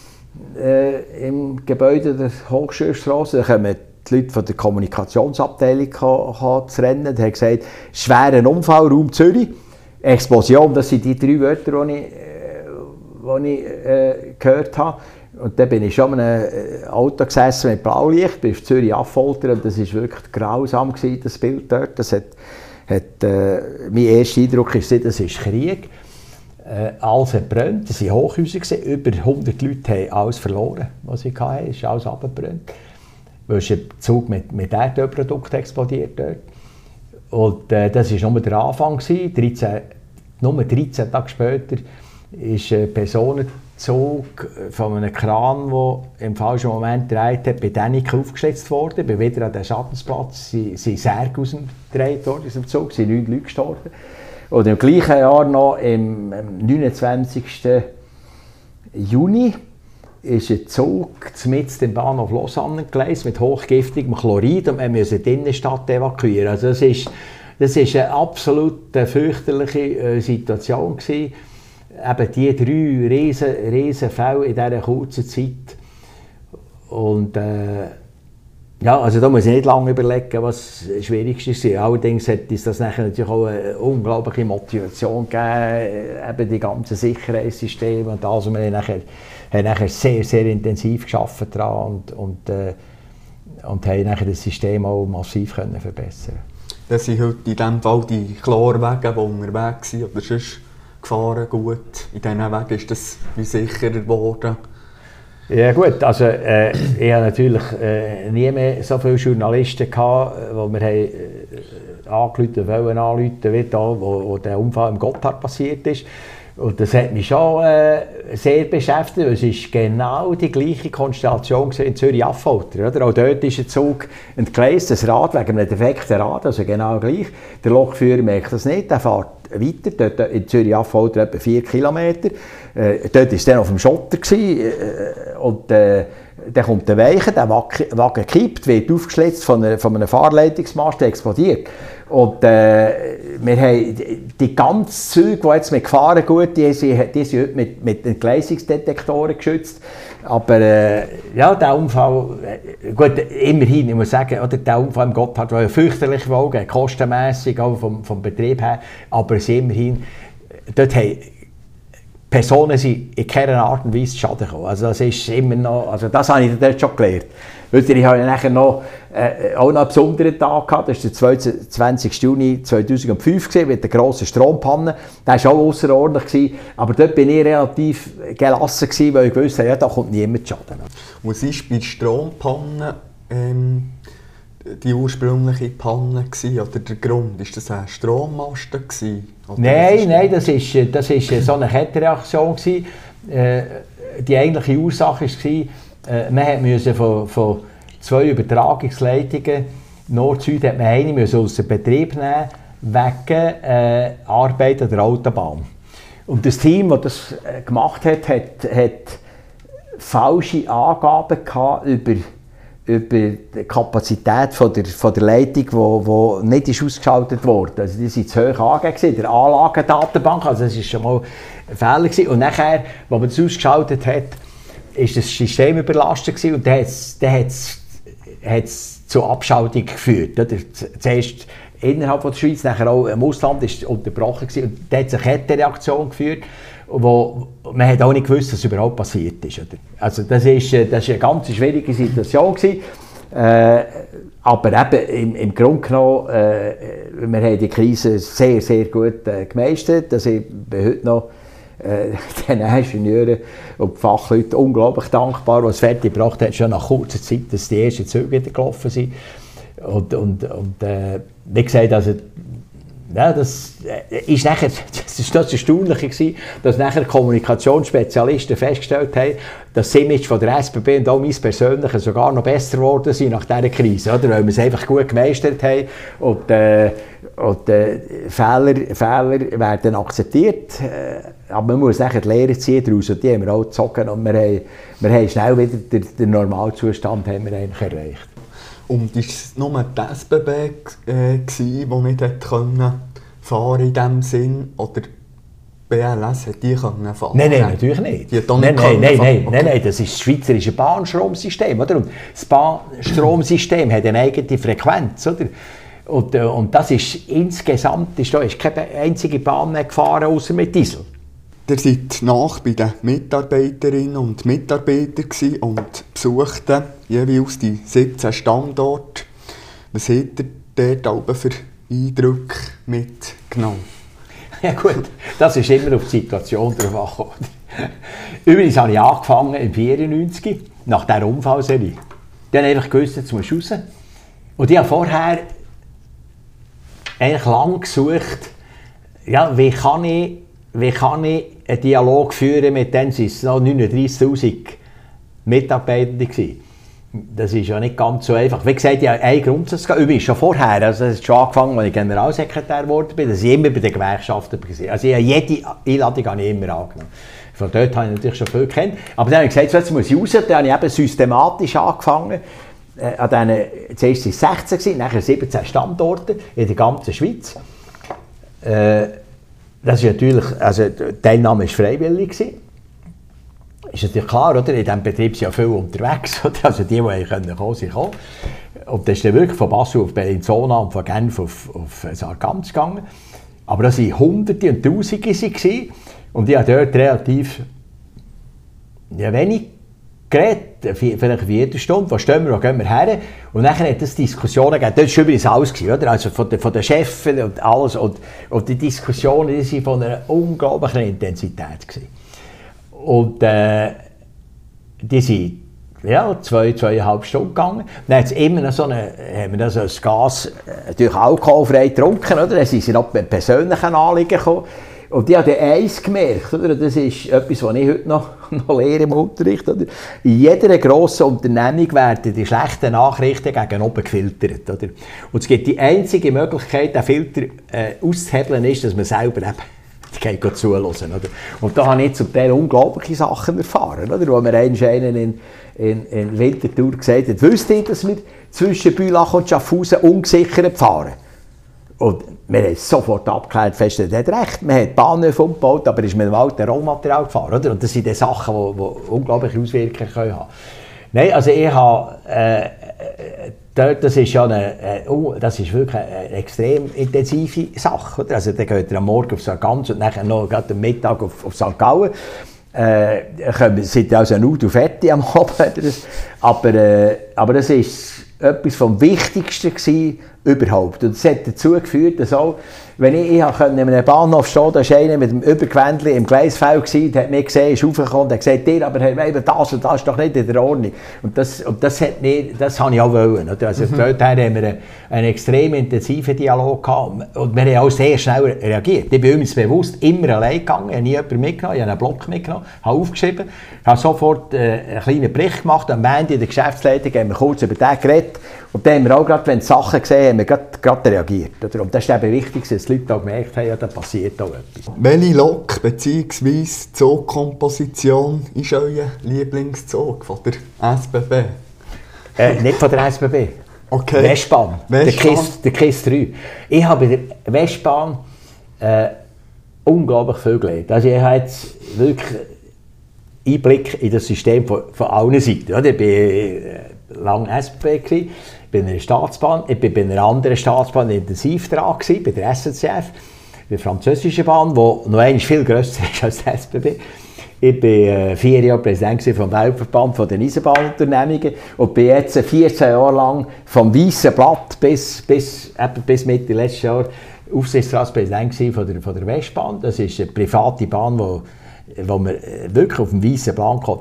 S3: äh, im Gebäude der Hochschulstrasse. Da kommen die Leute von der Kommunikationsabteilung zu rennen. Die haben gesagt, schwerer Unfall, Raum Zürich. Explosion, das sind die drei Wörter, die ich, äh, die ich äh, gehört habe. Und dann bin ich schon in einem Auto gesessen mit Blaulicht, bin auf Zürich Affolter und das war wirklich grausam gewesen, das Bild dort. Das hat, hat, äh, mein erster Eindruck war, das ist Krieg. Äh, alles hat gebrannt, das waren Hochhäuser gewesen. Über hundert Leute haben alles verloren, was sie hatten, es ist alles abgebrannt. Weil es ein Zug mit, mit Erdölprodukten explodiert dort. Und äh, das war nur der Anfang. dreizehn, nur dreizehn Tage später ist ein Personenzug von einem Kran, der im falschen Moment gedreht hat, bei Däniken aufgeschätzt worden. Ich bin wieder an den Schattensplatz, sind Särge rausgedreht worden aus dem Zug, sind neun Leute gestorben. Und im gleichen Jahr noch, im neunundzwanzigsten Juni, ist ein Zug mitten im Bahnhof Lausanne geleist mit hochgiftigem Chlorid und wir mussten die Innenstadt evakuieren. Also das ist, das ist eine absolut fürchterliche äh, Situation gewesen. Eben die drei riesen, riesen Fälle in dieser kurzen Zeit. Und äh, ja, also da muss ich nicht lange überlegen, was das Schwierigste ist. Allerdings hat uns das nachher natürlich auch eine unglaubliche Motivation gegeben, eben die ganzen Sicherheitssysteme und das, was wir nachher haben nachher sehr, sehr intensiv gearbeitet daran und, und, äh, und haben nachher das System auch massiv können verbessern.
S2: Das sind heute in diesem Fall die Chlorwege, die unterwegs sind oder sonst gefahren gut. In diesen Wegen ist das wie sicherer geworden.
S3: Ja gut, also äh, ich habe natürlich äh, nie mehr so viele Journalisten gehabt, wo wir haben, äh, angerufen wollen, anrufen, wie da, wo, wo der Unfall im Gotthard passiert ist. Und das hat mich schon äh, sehr beschäftigt, weil es ist genau die gleiche Konstellation in Zürich-Affolter. Auch dort ist ein Zug entgleist, das Rad wegen einem defekten Rad, also genau gleich. Der Lokführer merkt das nicht, der fährt weiter, dort in Zürich-Affolter etwa vier Kilometer. Äh, dort war es dann auf dem Schotter gewesen, äh, und äh, dann kommt der Weiche, der Wagen kippt, wird aufgeschlitzt von, einer, von einem Fahrleitungsmast, der explodiert. Und äh, wir haben die ganzen Züge, die jetzt mit Gefahrengut, die sind, die sind heute mit, mit Entgleisungsdetektoren geschützt. Aber äh, ja, der Unfall, äh, gut, immerhin, ich muss sagen, oder, der Unfall im Gotthard war ja fürchterlich Folgen, kostenmässig, auch vom, vom Betrieb her, aber es immerhin, dort haben Personen sind in keiner Art und Weise zu Schaden gekommen. Also das ist immer noch, also das habe ich dort schon gelernt. Ich habe ja nachher noch, äh, auch noch einen besonderen Tag gehabt, das war der zweiundzwanzigsten Juni zweitausendfünf, gewesen, mit der grossen Strompanne. Der war auch außerordentlich gewesen, aber dort war ich relativ gelassen gewesen, weil ich wusste, ja, da kommt niemand zu Schaden.
S2: Was ist bei der Strompanne ähm, die ursprüngliche Panne gewesen, oder der Grund? Ist das ein Strommasten gewesen?
S3: Nein, nein, das ist, das ist so eine Kettenreaktion gewesen. Äh, die eigentliche Ursache war, äh, man musste von, von zwei Übertragungsleitungen Nord-Süd hat man eine aus dem Betrieb nehmen, wegen äh, Arbeit an der Autobahn. Und das Team, das das äh, gemacht hat, hat, hat falsche Angaben gehabt über über die Kapazität von der, von der Leitung, die nicht ist ausgeschaltet wurde. Also die waren zu hoch angegeben, der Anlagendatenbank, also das war schon mal ein Fehler gewesen. Und nachher, als man das ausgeschaltet hat, ist das System überlastet gewesen und dann hat es zu Abschaltung geführt. Oder? Zuerst innerhalb von der Schweiz, nachher auch im Ausland ist es unterbrochen gewesen und dann hat es eine Kettenreaktion geführt, wo man hat auch nicht gewusst, was überhaupt passiert ist. Oder? Also das ist, das ist eine ganz schwierige Situation gewesen. Äh, aber eben im, im Grunde genommen, äh, wir haben die Krise sehr, sehr gut äh, gemeistert. Also ich bin heute noch äh, den Ingenieuren und Fachleuten unglaublich dankbar, die es fertig gebracht haben, schon nach kurzer Zeit, dass die ersten Züge wieder gelaufen sind. Und, und, und äh, wie gesagt, also, ja, das ist nachher, das ist das Erstaunliche gewesen, dass nachher Kommunikationsspezialisten festgestellt haben, dass das Image von der S B B und auch mein persönliches sogar noch besser geworden sind nach dieser Krise, oder? Weil wir es einfach gut gemeistert haben und, äh, und äh, Fehler, Fehler werden akzeptiert, äh, aber man muss nachher die Lehre ziehen daraus und die haben wir auch gezogen und wir haben, wir haben schnell wieder den, den Normalzustand haben wir eigentlich erreicht.
S2: Und war es nur die S B B, äh, die nicht können fahren in diesem Sinn? Oder B L S hat die können fahren?
S3: Nein, nein, natürlich nicht.
S2: Die
S3: nein,
S2: nicht
S3: nein, nein, nein,
S2: okay.
S3: nein, nein, das ist das schweizerische Bahnstromsystem. Oder? Und das Bahnstromsystem hat eine eigene Frequenz. Oder? Und, und das ist insgesamt, ist, da ist keine einzige Bahn mehr gefahren, außer mit Diesel.
S2: Ihr seid nach bei den Mitarbeiterinnen und Mitarbeitern und besuchten jeweils die siebzehn Standorte. Was habt ihr dort für Eindrücke mitgenommen?
S3: Ja gut, das ist immer auf die Situation drauf angekommen. Übrigens habe ich angefangen im vierundneunzig, nach dieser Unfallserie. Die haben einfach gewusst, jetzt musst du raus. Und ich habe vorher eigentlich lange gesucht, ja, wie kann ich, wie kann ich einen Dialog führen mit denen, es waren noch neununddreissigtausend Mitarbeitende gewesen. Das ist ja nicht ganz so einfach. Wie gesagt, ich habe einen Grundsatz gehabt, übrigens schon vorher, also das hat schon angefangen, als ich Generalsekretär geworden bin, dass ich immer bei den Gewerkschaften war. Also ich habe jede Einladung habe ich immer angenommen. Von dort habe ich natürlich schon viel gekannt. Aber dann habe ich gesagt, so, jetzt muss ich raus, dann habe ich eben systematisch angefangen. Äh, an denen, zuerst waren es sechzehn, nachher siebzehn Standorte in der ganzen Schweiz. Äh, das ist natürlich, also die Teilnahme war freiwillig gewesen. Ist natürlich klar, oder? In diesem Betrieb sind ja viele unterwegs, oder? Also die, die kommen können, sind gekommen. Und das ist dann wirklich von Basel auf Bellinzona und von Genf auf, auf Sargans gegangen. Aber das waren Hunderte und Tausende gewesen. Und ich habe dort relativ ja, wenig geredet, vielleicht für jede Stunde, wo stehen wir, wo gehen wir her. Und dann hat es Diskussionen gegeben, das war übrigens alles, oder? Also von den, von den Chefs und alles. Und, und die Diskussionen die waren von einer unglaublichen Intensität gewesen. Und äh, die sind ja, zwei, zweieinhalb Stunden gegangen. Dann hat es immer noch so eine, haben wir so ein Gas, natürlich alkoholfrei getrunken, oder? Dann sind sie noch mit persönlichen Anliegen gekommen. Und ich habe eins gemerkt, oder? Das ist etwas, was ich heute noch, noch lehre im Unterricht. Oder? In jeder grossen Unternehmung werden die schlechten Nachrichten gegen oben gefiltert. Oder? Und es gibt die einzige Möglichkeit, den Filter äh, auszuhebeln, ist, dass man selber eben die geht zuhören. Oder? Und da habe ich zum Teil unglaubliche Sachen erfahren. Oder? Wo mir einen in, in, in Winterthur gesagt hat, wüsst ihr, dass wir zwischen Bülach und Schaffhausen ungesichert fahren? Und wir haben sofort abgeklärt, festgestellt, er hat recht, man hat Bahnhöfe umgebaut, aber ist mit dem alten Rollmaterial gefahren. Oder? Und das sind die Sachen, die, die unglaubliche Auswirkungen können haben. Nein, also ich habe, äh, dort, das ist ja eine, äh, das ist wirklich eine extrem intensive Sache. Oder? Also dann geht ihr am Morgen auf Sargans und dann noch am Mittag auf, auf Sankt Gallen. Äh, sind also null fertig am Abend. Aber, äh, aber das ist etwas vom Wichtigsten gewesen, überhaupt. Und das hat dazu geführt, dass auch, wenn ich, ich in einem Bahnhof stehen, da war einer mit dem Übergewändli im Gleisfeld gewesen, der hat mich gesehen, ist raufgekommen und hat gesagt, dir, aber Herr Weber, das und das ist doch nicht in der Ordnung. Und das, und das, hat mir, das habe ich auch wollen. Oder? Also mhm. Dort haben wir einen, einen extrem intensiven Dialog gehabt und wir haben auch sehr schnell reagiert. Ich bin uns bewusst immer allein gegangen, ich habe nie jemanden mitgenommen, ich habe einen Block mitgenommen, habe aufgeschrieben, habe sofort äh, einen kleinen Bericht gemacht, am Ende in der Geschäftsleitung haben wir kurz über den geredet und dann haben wir auch gerade, wenn die Sachen gesehen haben, wir gerade, gerade reagiert. Oder? Und das ist eben wichtig, dass die Leute auch gemerkt haben, ja, da passiert auch etwas.
S2: Welche Lok bzw. Zugkomposition ist euer Lieblingszug von der S B B?
S3: Äh, nicht von der S B B.
S2: Okay.
S3: Westbahn. Westbahn. Der KISS drei. Ich habe bei der Westbahn äh, unglaublich viel gelernt. Also ich habe jetzt wirklich Einblick in das System von, von allen Seiten. Ich war äh, lange S B B, ich bin in einer Staatsbahn, ich war bei einer anderen Staatsbahn intensiv dran, bei der S N C F, der französischen Bahn, die noch einmal viel grösser ist als die S B B. Ich war äh, vier Jahre Präsident vom Weltverband der Eisenbahnunternehmungen und bin jetzt vierzehn Jahre lang vom Weißen Blatt bis, bis, bis Mitte letztes Jahr Aufsichtsratspräsident von der, von der Westbahn. Das ist eine private Bahn, wo, wo wir wirklich auf dem Weißen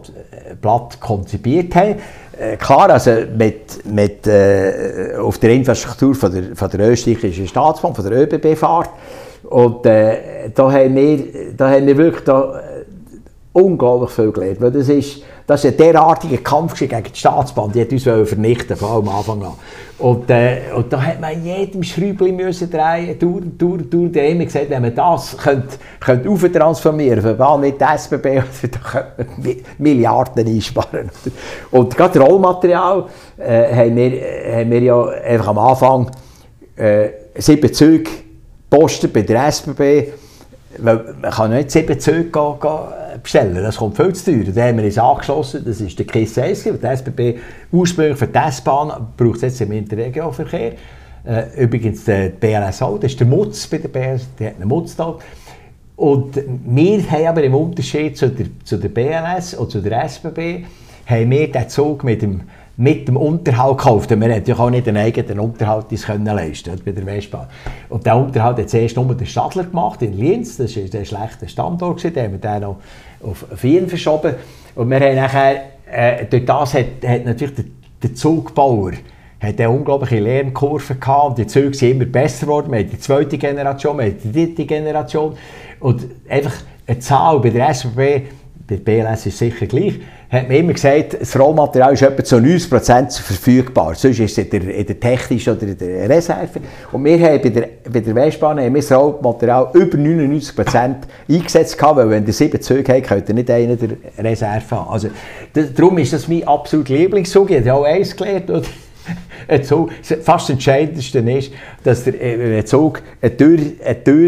S3: Blatt konzipiert haben. Äh, klar, also mit, mit, äh, auf der Infrastruktur von der, von der österreichischen Staatsbahn, von der Ö B B-Fahrt. Und äh, da, haben wir, da haben wir wirklich da, unglaublich viel gelernt. Weil das ist, das ist ein derartiger Kampf gegen die Staatsbahn, die hat uns vernichten von am Anfang an. Und, äh, und da hat man jedem Schräubchen müssen drehen, durch, durch, durch. Der hat immer gesagt, wenn man das könnte, könnte auftransformieren könnte, vor allem mit der S B B, da könnte man Milliarden einsparen. Und gerade Rollmaterial äh, haben, wir, haben wir ja einfach am Anfang äh, sieben Züge Posten bei der S B B. Weil man kann nicht sieben Züge gehen, gehen bestellen, das kommt viel zu teuer. Dann haben wir uns angeschlossen, das ist der KISS eins, der S B B ursprünglich für die S-Bahn braucht es jetzt im Interregionverkehr. Äh, übrigens der B L S auch, das ist der Mutz bei der B L S, der hat einen Mutz da. Und wir haben aber im Unterschied zu der, zu der B L S und zu der S B B, haben wir den Zug mit dem mit dem Unterhalt gekauft. Wir hätten ja auch nicht einen eigenen Unterhalt können leisten bei der Westbahn. Und den Unterhalt hat zuerst nur der Stadler gemacht in Lienz. Das war ein schlechter Standort. Den haben wir dann noch auf Wien verschoben. Und wir haben nachher, äh, durch das hat, hat natürlich der, der Zugbauer hat eine unglaubliche Lernkurve gehabt. Und die Züge sind immer besser geworden. Wir haben die zweite Generation, wir haben die dritte Generation. Und einfach eine Zahl bei der S B B, bei der B L S ist sicher gleich, hat man immer gesagt, das Rohmaterial ist etwa zu neunzig Prozent verfügbar. Sonst ist es in der, in der technischen oder in der Reserve. Und wir haben bei der, bei der Westbahn haben wir das Rohmaterial über neunundneunzig Prozent eingesetzt gehabt, weil wenn ihr sieben Züge habt, könnt ihr nicht einen der Reserve haben. Also, das, darum ist das mein absoluter Lieblingszug. Ich habe ja auch eins gelernt. Oder? Ein Zug, fast das Entscheidendste ist, dass der äh, Zug eine Tür, eine Tür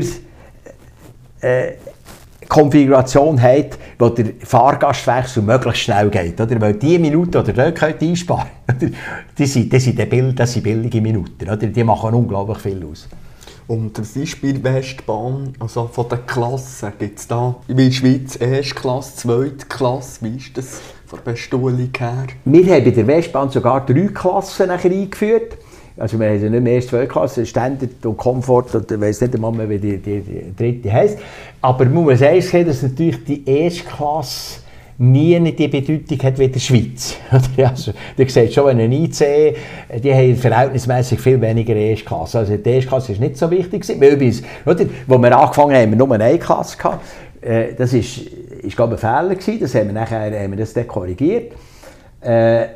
S3: äh, Konfiguration hat, wo der Fahrgastwechsel möglichst schnell geht. Oder? Weil die Minuten, die ihr dort könnt einsparen könnt, die sind, das sind, Bild, das sind billige Minuten. Oder? Die machen unglaublich viel aus.
S2: Und was ist bei der Westbahn, also von den Klassen, gibt es da in der Schweiz erste Klasse, zweite Klasse, wie ist das von der Bestuhlung her?
S3: Wir haben bei der Westbahn sogar drei Klassen nachher eingeführt. Also wir haben nicht mehr erst zwei Klassen, Standard und Komfort, ich weiss nicht einmal, wie die, die, die dritte heisst. Aber man muss eins sehen, dass natürlich die erste Klasse nie die Bedeutung hat wie der Schweiz. Also, du siehst schon, wenn ein I C E, die haben verhältnismäßig viel weniger Erstklasse. Also die Erstklasse war nicht so wichtig. Übrigens, oder, wo wir angefangen haben, haben wir nur eine Klasse gehabt. Äh, das war, ist, ist, glaube ich, ein Fehler gewesen. Das haben wir nachher haben wir das dann korrigiert. Äh,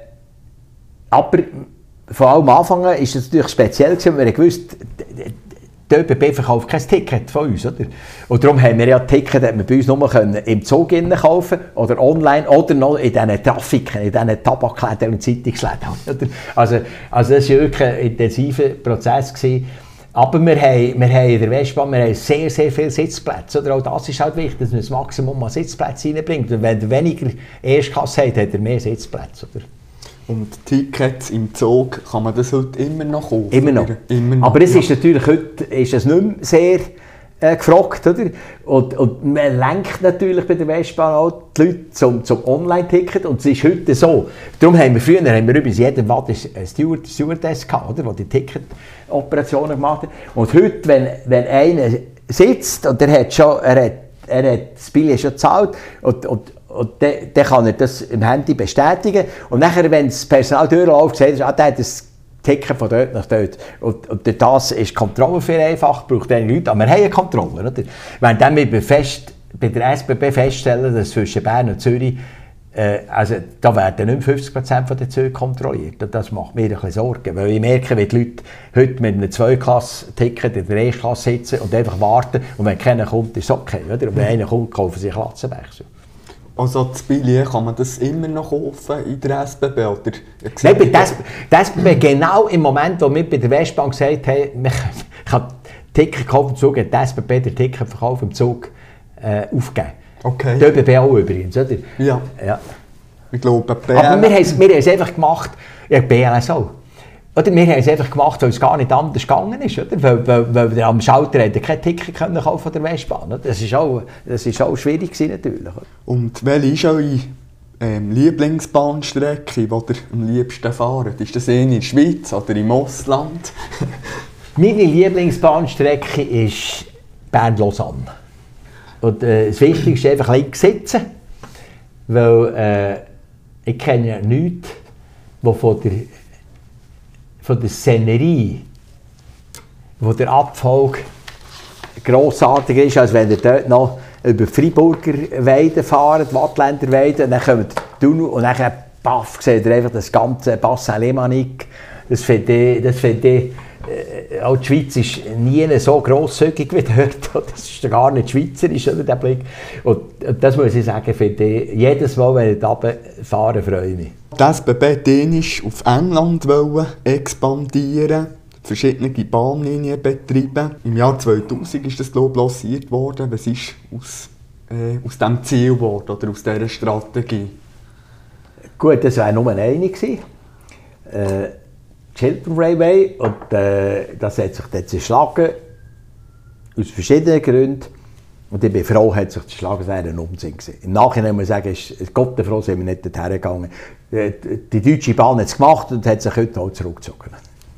S3: aber von allem Anfang an war es natürlich speziell gewesen, weil wir gewusst, die ÖBB verkauft kein Ticket von uns. Oder? Und darum haben wir ja Ticket, die wir bei uns nur im Zug kaufen oder online oder noch in diesen Trafiken, in diesen Tabakläden und Zeitungsläden. Oder? Also, also das war wirklich ein intensiver Prozess gewesen. Aber wir haben, wir haben in der Westbahn wir haben sehr, sehr viele Sitzplätze. Oder? Auch das ist halt wichtig, dass man das Maximum an Sitzplätze reinbringt. Und wenn er weniger Erstklasse hat, hat er mehr Sitzplätze. Oder?
S2: Und Tickets im Zug, kann man das heute immer noch kaufen?
S3: Immer noch.
S2: Immer noch.
S3: Aber es
S2: ja.
S3: ist natürlich heute ist es nicht mehr sehr äh, gefragt. Oder? Und, und man lenkt natürlich bei der Westbahn auch die Leute zum, zum Online-Ticket. Und es ist heute so. Darum haben wir früher haben wir übrigens jedem Watt eine Steward, Stewardess gehabt, oder, die die Ticketoperationen gemacht hat. Und heute, wenn, wenn einer sitzt und er hat, schon, er hat, er hat das Billett schon gezahlt und, und Und dann, dann kann er das im Handy bestätigen. Und nachher, wenn das Personal durchläuft, sieht er, ah, der hat das Ticket von dort nach dort. Und, und durch das ist die Kontrolle vereinfacht, braucht eine Leute. Aber wir haben eine Kontrolle. Oder? Wenn wir fest, bei der S B B feststellen, dass zwischen Bern und Zürich, äh, also da werden nicht mehr fünfzig Prozent der Züge kontrolliert. Und das macht mir ein bisschen Sorgen. Weil ich merke, wie die Leute heute mit einem Zweiklasse-Ticket in der Erstklasse sitzen und einfach warten. Und wenn keiner kommt, ist es okay. Oder? Und wenn einer kommt, kaufen sie Klatzenwechsel.
S2: Also das Billett, kann man das immer noch kaufen in der S B B? Oder
S3: Nein, bei der S B B, genau im Moment, wo wir bei der Westbahn gesagt haben, ich kann Ticket kaufen im Zug, hat die S B B den Ticketverkauf im Zug äh, aufgegeben.
S2: Okay.
S3: Die ÖBB auch übrigens, oder?
S2: Ja.
S3: ja.
S2: Ich glaube, B L S...
S3: Aber wir haben es, wir haben es einfach gemacht, ja, B L S auch. Oder wir haben es einfach gemacht, weil es gar nicht anders gegangen ist. Oder? Weil, weil, weil wir am Schalter hätten kein Ticket können kaufen von der Westbahn. Oder? Das war auch, das auch schwierig gewesen, natürlich.
S2: Und welche ist eure ähm, Lieblingsbahnstrecke, die ihr am liebsten fahrt? Ist das eher in der Schweiz oder im Ausland?
S3: Meine Lieblingsbahnstrecke ist Bern-Lausanne. Und äh, das Wichtigste ist einfach links sitzen. Weil äh, ich kenne nichts, wo von der von der Szenerie, wo der Abfolge grossartig ist, als wenn ihr dort noch über die Freiburger Weide fahrt, Wattländer Weide, und dann kommt die Tunnel und dann paff, seht ihr einfach das ganze Bassin Lemanique. Das finde ich, das finde ich äh, auch die Schweiz ist nie so grosszügig wie dort. Das ist gar nicht schweizerisch, oder, der Blick. Und, und das muss ich sagen, finde ich, jedes Mal, wenn ich da fahre, freue ich mich.
S2: Die S B B Dänisch auf England wollen expandieren, verschiedene Bahnlinien betreiben. Im Jahr zweitausend ist das, glaube ich, lanciert worden. Was ist aus, äh, aus diesem Ziel geworden oder aus dieser Strategie?
S3: Gut, das wäre nur eine gewesen. Äh, Chiltern Railway, und äh, das hat sich dann zerschlagen, aus verschiedenen Gründen. Und ich bin froh, hat sich zerschlagen, es wäre ein Unsinn gewesen. Im Nachhinein muss ich sagen, ist Gott froh, sind wir nicht dorthin gegangen. Die Deutsche Bahn hat es gemacht und hat sich heute auch zurückgezogen.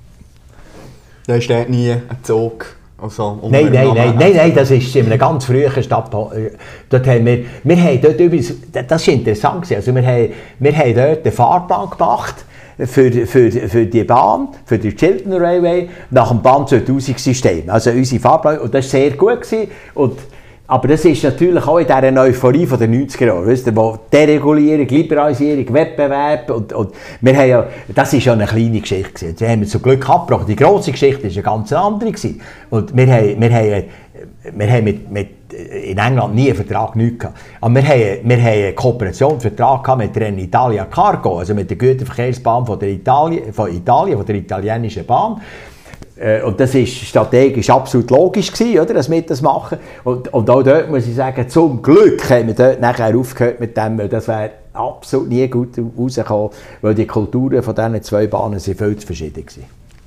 S2: Da ist dort nie ein Zug? Also,
S3: nein, nein, nein, nein, nein, das ist in einer ganz frühen Stadt. Dort haben wir, wir haben dort übrigens, das war interessant, also wir haben, wir haben dort einen Fahrplan gemacht, Für, für, für die Bahn, für die Chiltern Railway, nach dem Bahn zweitausend System. Also unsere Fahrplan, und das war sehr gut gewesen. Und, aber das ist natürlich auch in dieser Euphorie der neunziger Jahre, weißt du, wo Deregulierung, Liberalisierung, Wettbewerb, und, und wir haben ja, das war ja eine kleine Geschichte gewesen. Die haben wir zum Glück abgebrochen. Die grosse Geschichte war eine ganz andere gewesen. Und wir haben, wir haben, wir haben mit, mit in England nie einen Vertrag nichts gehabt. Aber wir haben, wir haben einen Kooperationsvertrag mit der Italia Cargo, also mit der Güterverkehrsbahn von, der Italien, von Italien, von der italienischen Bahn. Und das war strategisch absolut logisch gewesen, oder, dass wir das machen. Und, und auch dort muss ich sagen, zum Glück haben wir dort nachher aufgehört mit dem, weil das wäre absolut nie gut rausgekommen, weil die Kulturen von diesen zwei Bahnen sind viel zu verschieden waren.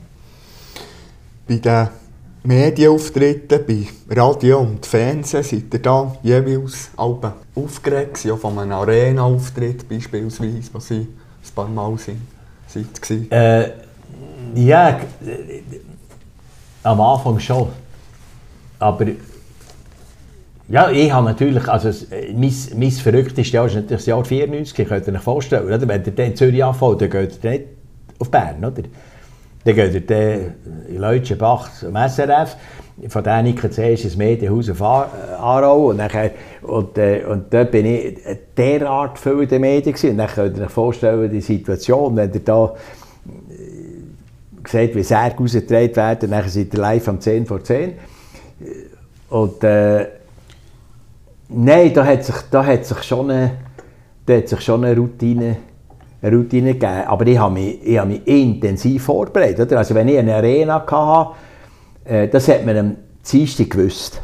S2: Bei den Medienauftritten, bei Radio und Fernsehen, seid ihr da jeweils aufgeregt gewesen, auch von einem Arena-Auftritt beispielsweise, wo sie ein paar Mal sind, seid
S3: äh, ja, äh, am Anfang schon. Aber Ja, ich habe natürlich, also mein, mein verrücktestes Jahr ist natürlich das Jahr vierundneunzig, ich könnte euch vorstellen, oder? Wenn ihr in Zürich anfällt, dann geht ihr nicht auf Bern, oder? Dann geht ihr in Leutschenbach zum S R F, von denen ich zuerst ins Medienhaus auf Aarau und, nachher, und, äh, und dort bin ich derart viel in den Medien gewesen. Und dann könnt ihr euch vorstellen, die Situation, wenn ihr da äh, seht, wie Särge rausgetragen werden, dann seid ihr live am zehn vor zehn. Und äh, nein, da hat sich, da hat sich schon eine, da hat sich schon eine Routine, eine Routine gegeben. Aber ich habe mich, ich habe mich intensiv vorbereitet. Oder? Also wenn ich eine Arena hatte, äh, das hat man am Dienstag gewusst.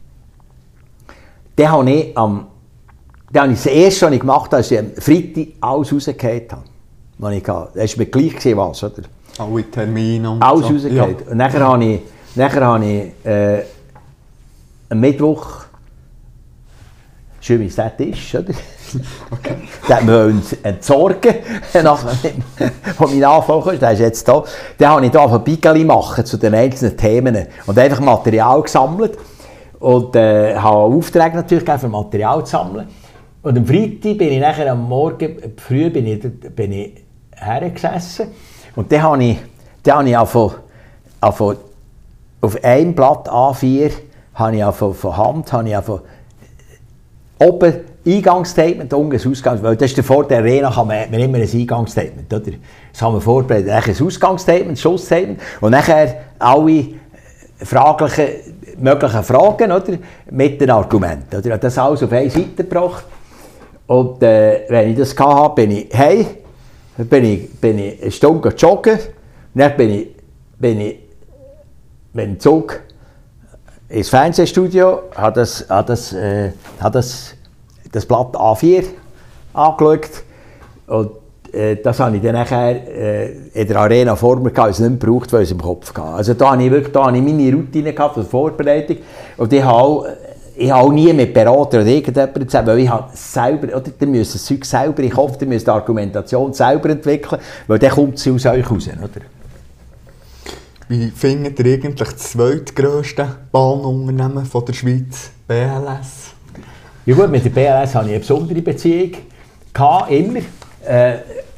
S3: Dann habe ich, am, dann habe ich das erste, was ich gemacht habe, als ich am Freitag alles rausgefallen habe. Was ich hatte. Das war mir gleich, was, oder?
S2: Alle Termine und
S3: alles
S2: so.
S3: rausgefallen.
S2: Ja.
S3: Und nachher habe ich, nachher habe ich äh, am Mittwoch schön, wie es dort ist, oder? Okay. Da wollten wir uns entsorgen, nach meinem Anfang, der ist jetzt da. Dann habe ich hier ein Bigeli machen zu den einzelnen Themen und einfach Material gesammelt und äh, habe Aufträge natürlich gegeben, für Material zu sammeln. Und am Freitag bin ich nachher am Morgen, früh bin ich, bin ich hergesessen und dann habe ich, dann habe ich angefangen, angefangen, auf einem Blatt A vier habe ich angefangen, von Hand, habe ich angefangen, oben Eingangsstatement, unten ein Ausgangsstatement. Weil das ist der Vorteil, der Arena kann man, man immer ein Eingangsstatement, oder? Das haben wir vorbereitet. Dann ein Ausgangsstatement, ein Schlussstatement und nachher alle fraglichen, möglichen Fragen, oder? Mit den Argumenten. Oder? Das alles auf eine Seite gebracht. Und äh, wenn ich das hatte, bin ich hey, bin ich, bin ich eine Stunde joggen. Dann bin ich, bin ich mit dem Zug ins Fernsehstudio, habe das, habe das, äh, habe das, das Blatt A vier angeschaut und äh, das habe ich dann nachher äh, in der Arena vor mir gehabt, es nicht mehr gebraucht, weil es im Kopf hatte. Also da habe ich wirklich da habe ich meine Routine gehabt, für die Vorbereitung und ich habe auch, ich habe auch nie mit Berater oder irgendjemandem zusammen, weil ich habe selber, oder ihr müsst das Zeug selber, ich hoffe, ihr müsst die Argumentation selber entwickeln, weil dann kommt sie aus euch raus, oder?
S2: Wie findet ihr eigentlich das zweitgrösste Bahnunternehmen von der Schweiz, B L S?
S3: Ja gut, mit der B L S hatte ich eine besondere Beziehung, gehabt, immer. Äh,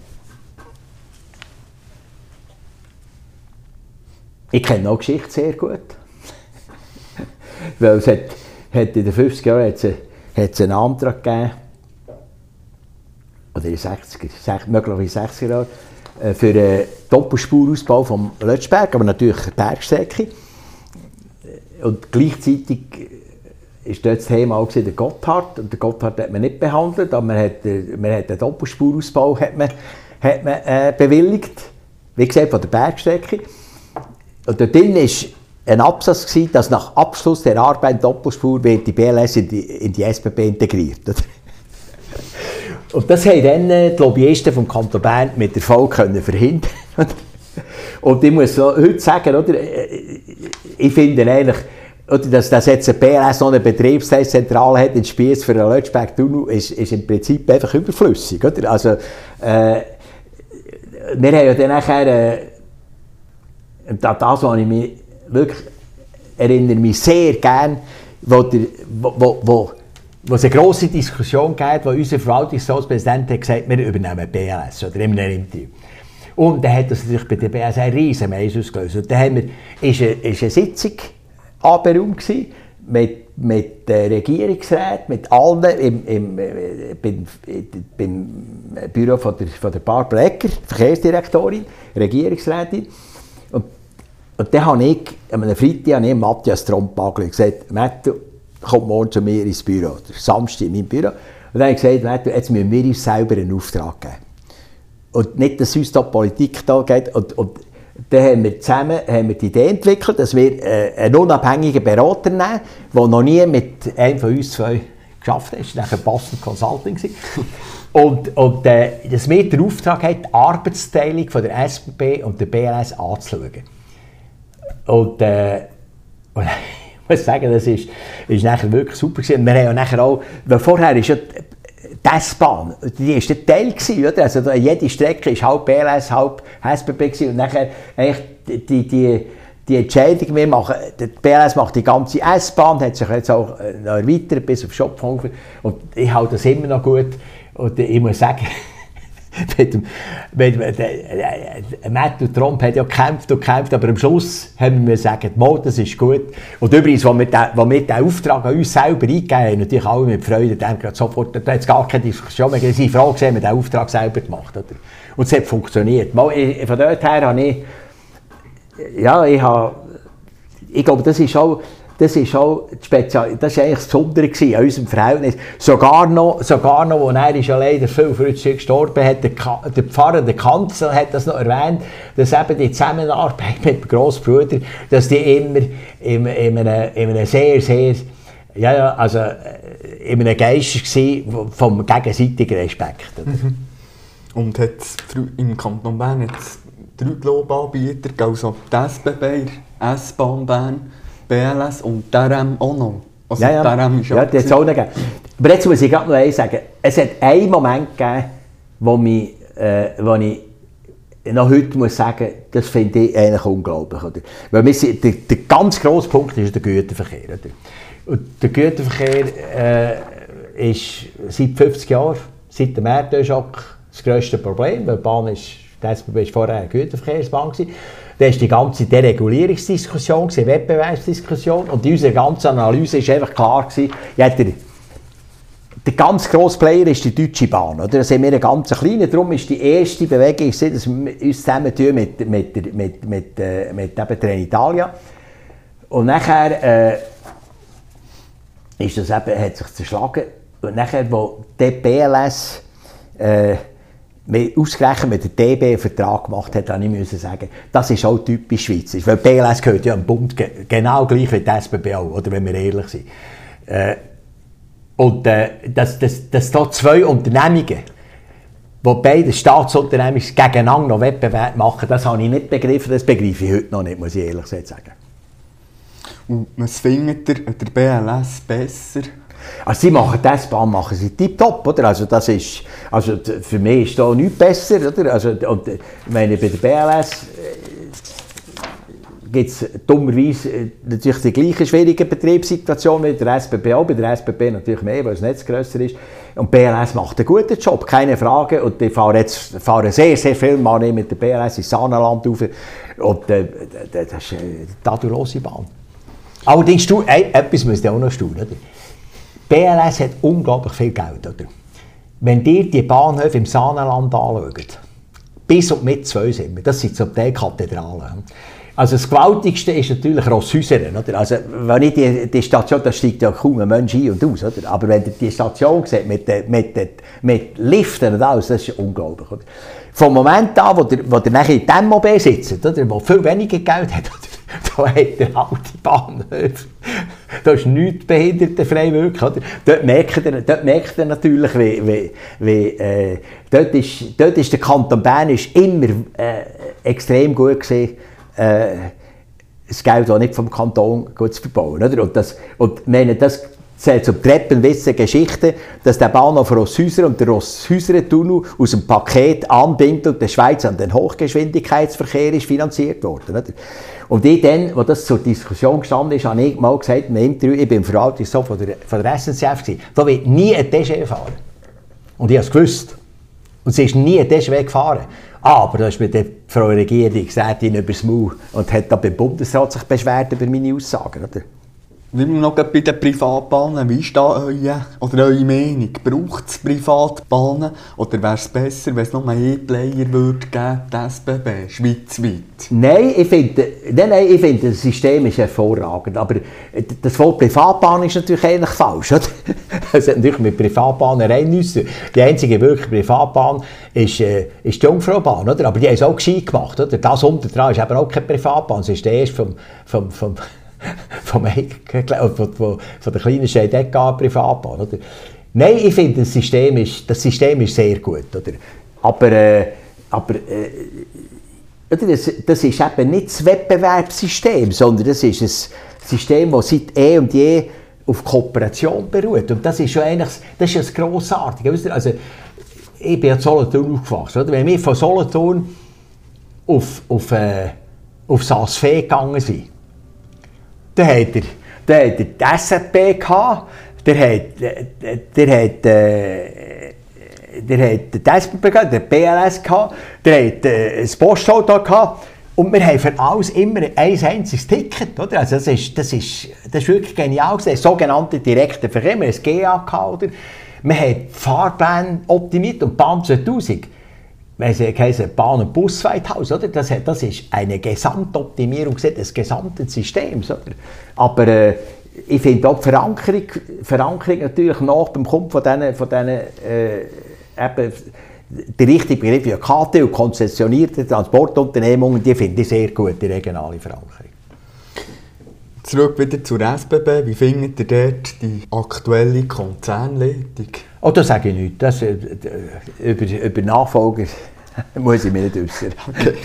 S3: ich kenne auch die Geschichte sehr gut. Weil es hat, hat in den fünfziger Jahren hat es, hat es einen Antrag gegeben, oder in den sechziger, möglicherweise sechziger Jahren, für einen Doppelspurausbau vom Lötschberg, aber natürlich Bergstrecke. Und gleichzeitig war dort das Thema auch der Gotthard. Und den Gotthard hat man nicht behandelt, aber man hat, man hat den Doppelspurausbau hat man, hat man, äh, bewilligt, wie gesagt, von der Bergstrecke. Und dort drin war ein Absatz, gewesen, dass nach Abschluss der Arbeit Doppelspur wird die B L S in die, in die S B B integriert. Und das haben dann die Lobbyisten vom Kanton Bern mit Erfolg verhindern. Und ich muss heute sagen, oder, ich finde eigentlich, oder, dass, dass jetzt eine B L S noch eine Betriebszentrale hat in Spiez für einen Lötschberg-Tunnel, ist, ist im Prinzip einfach überflüssig. Oder? Also, äh, wir haben ja dann nachher, äh, das, was ich mich wirklich erinnere mich sehr gern, wo, der, wo, wo, wo wo es eine grosse Diskussion gab, wo unser Verwaltungsratspräsident hat gesagt, wir übernehmen B L S oder in einem Interview. Und dann hat das natürlich bei der B L S einen riesen Mais ausgelöst. Und dann haben wir, ist eine, ist eine Sitzung anberaumt mit, mit den Regierungsräten, mit allen im, im, beim, beim Büro von der, von der Barbara Egger, Verkehrsdirektorin, Regierungsrätin. Und, und dann habe ich, an einem Freitag, habe ich Matthias Tromp angeschaut und gesagt, Matthew, kommt morgen zu mir ins Büro, oder Samstag in mein Büro. Und dann habe ich gesagt, jetzt müssen wir uns selber einen Auftrag geben. Und nicht, dass uns da Politik da geht. Und, und dann haben wir zusammen haben wir die Idee entwickelt, dass wir äh, einen unabhängigen Berater nehmen, der noch nie mit einem von uns zwei geschafft hat. Das war nachher Boston Consulting. Und, und äh, dass wir den Auftrag haben, die Arbeitsteilung von der S B B und der B L S anzuschauen. Und, äh, und ich muss sagen, das ist, ist nachher wirklich super gewesen. Wir haben ja nachher auch, weil vorher ist ja die S-Bahn, die war der Teil gewesen, oder? Also jede Strecke war halb B L S, halb S B B gewesen. Und nachher eigentlich die, die, die Entscheidung, wir machen, die B L S macht die ganze S-Bahn, hat sich jetzt auch noch erweitert bis auf Schopfhofen und ich halte das immer noch gut und ich muss sagen, mit dem, mit, mit, äh, Matthew Trump hat ja gekämpft und gekämpft, aber am Schluss haben wir gesagt, mal, das ist gut. Und übrigens, als wir den, als wir den Auftrag an uns selber eingegeben haben, natürlich alle mit Freude, dann sofort, da hat es gar keine Diskussion mehr gegeben, sie haben gesehen, wir den Auftrag selber gemacht. Oder? Und es hat funktioniert. Mal, ich, von dort her habe ich, ja, ich habe, ich glaube, das ist auch, das ist auch speziell, das war eigentlich das Besondere an unserem Verhältnis. Sogar noch, sogar noch, wo er ist ja leider viel früher gestorben hat, der, der Pfarrer, der Kanzler hat das noch erwähnt, dass eben die Zusammenarbeit mit dem Grossbruder, dass die immer in, in, einem, in einem sehr, sehr, ja, ja, also in einem Geist war vom gegenseitigen Respekt.
S2: Mhm. Und hat im Kanton Bern jetzt drei Globanbieter, also die S B B, S-Bahn Bern, B L S und D R M auch noch. Also
S3: ja, ja.
S2: D R M ist
S3: ja, die hat es auch noch gegeben. Aber jetzt muss ich gerade noch eins sagen. Es hat einen Moment gegeben, wo, mich, äh, wo ich noch heute muss sagen, das finde ich eigentlich unglaublich. Oder? Weil wir sind, der, der ganz grosse Punkt ist der Güterverkehr. Oder? Und der Güterverkehr äh, ist seit fünfzig Jahren, seit dem Erdölschock, das grösste Problem. Weil die Bahn ist, die S B B war vorher eine Güterverkehrsbahn. Da war die ganze Deregulierungsdiskussion, die Wettbewerbsdiskussion. Und in unserer ganzen Analyse war einfach klar, ja, der, der ganz grosse Player ist die Deutsche Bahn. Oder? Das sind wir eine ganz kleine. Darum ist die erste Bewegung, dass wir uns zusammentun mit, mit, mit, mit, mit, äh, mit eben Trenitalia. Und nachher äh, ist das eben, hat sich zerschlagen. Und nachher, wo die B L S äh, ausgerechnet mit der D B einen Vertrag gemacht hat, musste ich sagen, das ist auch typisch schweizerisch. Weil die B L S gehört ja am Bund genau gleich wie die S B B auch, oder, wenn wir ehrlich sind. Äh, und äh, dass, dass, dass da zwei Unternehmungen, die beide Staatsunternehmungen gegeneinander noch Wettbewerb machen, das habe ich nicht begriffen, das begreife ich heute noch nicht, muss ich ehrlich sagen.
S2: Und was findet ihr der B L S besser?
S3: Also sie machen die S-Bahn machen sie tipptopp, oder? Also das ist, also für mich ist da nichts besser, oder? Also, und, ich meine, bei der B L S äh, gibt es dummerweise äh, natürlich die gleiche schwierige Betriebssituation wie der S B B auch, bei der S B B natürlich mehr, weil das Netz grösser ist. Und die B L S macht einen guten Job, keine Frage. Und die fahren jetzt fahren sehr, sehr viel mal mit der B L S ins Saanenland rauf. Und äh, das ist eine tadellose Bahn. Allerdings, du, ey, etwas müsst ihr auch noch staunen, oder? B L S hat unglaublich viel Geld. Oder? Wenn ihr die Bahnhöfe im Saanenland anschaut, bis und mit zwei sind wir, das sind zum Teil Kathedralen. Also das Gewaltigste ist natürlich Rosshäusern. Oder? Also, wenn ich die, die Station, da steigt ja kaum ein Mensch ein und aus. Oder? Aber wenn ihr die Station seht, mit, mit, mit Liften und alles, das ist unglaublich. Oder? Vom Moment an, wo ihr, wo ihr nachher in dem Mobil sitzt, oder, wo viel weniger Geld hat, oder, da hat ihr halt die Bahnhöfe. Da ist nichts behindertenfrei wirklich. Oder? Dort, merkt ihr, dort merkt ihr natürlich, wie, wie, wie äh, dort, ist, dort ist der Kanton Bern ist immer äh, extrem gut gewesen, äh, das Geld auch nicht vom Kanton gut zu verbauen. Oder? Und, das, und meine, das zählt zum Treppenwitze Geschichte, dass der Bahnhof Rosshäuser und der Rosshäuser-Tunnel aus dem Paket Anbindung der Schweiz an den Hochgeschwindigkeitsverkehr ist finanziert worden. Oder? Und ich dann, als das zur Diskussion gestanden ist, habe ich mal gesagt, im Interview, ich bin im Verwaltungsrat von der, von der S N C F gewesen, da wird nie ein T G V fahren. Und ich habe es gewusst. Und sie ist nie ein T G V gefahren. Aber da ist mir die Frau Regierungsrätin übers Maul und hat da beim Bundesrat sich beschwert über meine Aussagen. Oder?
S2: Wie wir noch bei den Privatbahnen, wie ist da eure, oder eure Meinung? Braucht es Privatbahnen oder wäre es besser, wenn es noch einen Player würde geben, die S B B, schweizweit?
S3: Nein, ich finde, nein, nein, ich finde, das System ist hervorragend, aber das Wort Privatbahn ist natürlich eigentlich falsch. Oder? Es hat natürlich mit Privatbahnen rein nichts zu tun. Die einzige wirkliche Privatbahn ist, äh, ist die Jungfraubahn, oder? Aber die haben es auch gescheit gemacht. Oder? Das unten dran ist aber auch keine Privatbahn, es ist der erste vom, vom, vom Vom, von, von, von der kleinen Scheidegger Privatbahn. Oder? Nein, ich finde, das System ist, das System ist sehr gut. Oder? Aber, äh, aber äh, das, das ist eben nicht das Wettbewerbssystem, sondern das ist ein System, das seit eh und je auf Kooperation beruht. Und das ist ja eigentlich das, ist ja das Grossartige. Also, ich bin ja in Solothurn aufgewachsen. Oder? Wenn wir von Solothurn auf, auf äh, auf Saas Fee gegangen sind. Da hat er, da hat er die S Z B gehabt, der hat, der hat, äh, der hat die S B B gehabt, der B L S gehabt, der hat äh, das Postauto gehabt. Und wir haben für alles immer ein einziges Ticket. Oder? Also das, ist, das, ist, das ist wirklich genial. Der sogenannte direkte Verkehr, wir haben das G A gehabt, oder? Wir haben die Fahrpläne optimiert und Bahn zweitausend. Es heisst Bahn- und Bus zweitausend, oder? Das, das ist eine Gesamtoptimierung des gesamten Systems. Oder? Aber äh, ich finde auch die Verankerung, Verankerung natürlich nach beim Kommen von diesen, von diesen äh, eben, der richtige Begriff ja K T und konzessionierte Transportunternehmungen, die finde ich sehr gut, die regionale Verankerung.
S2: Zurück wieder zur S B B. Wie findet ihr dort die aktuelle Konzernleitung?
S3: Oh, das sage ich nicht. Das, äh, über, über Nachfolger muss ich mich nicht äußern.
S2: Okay.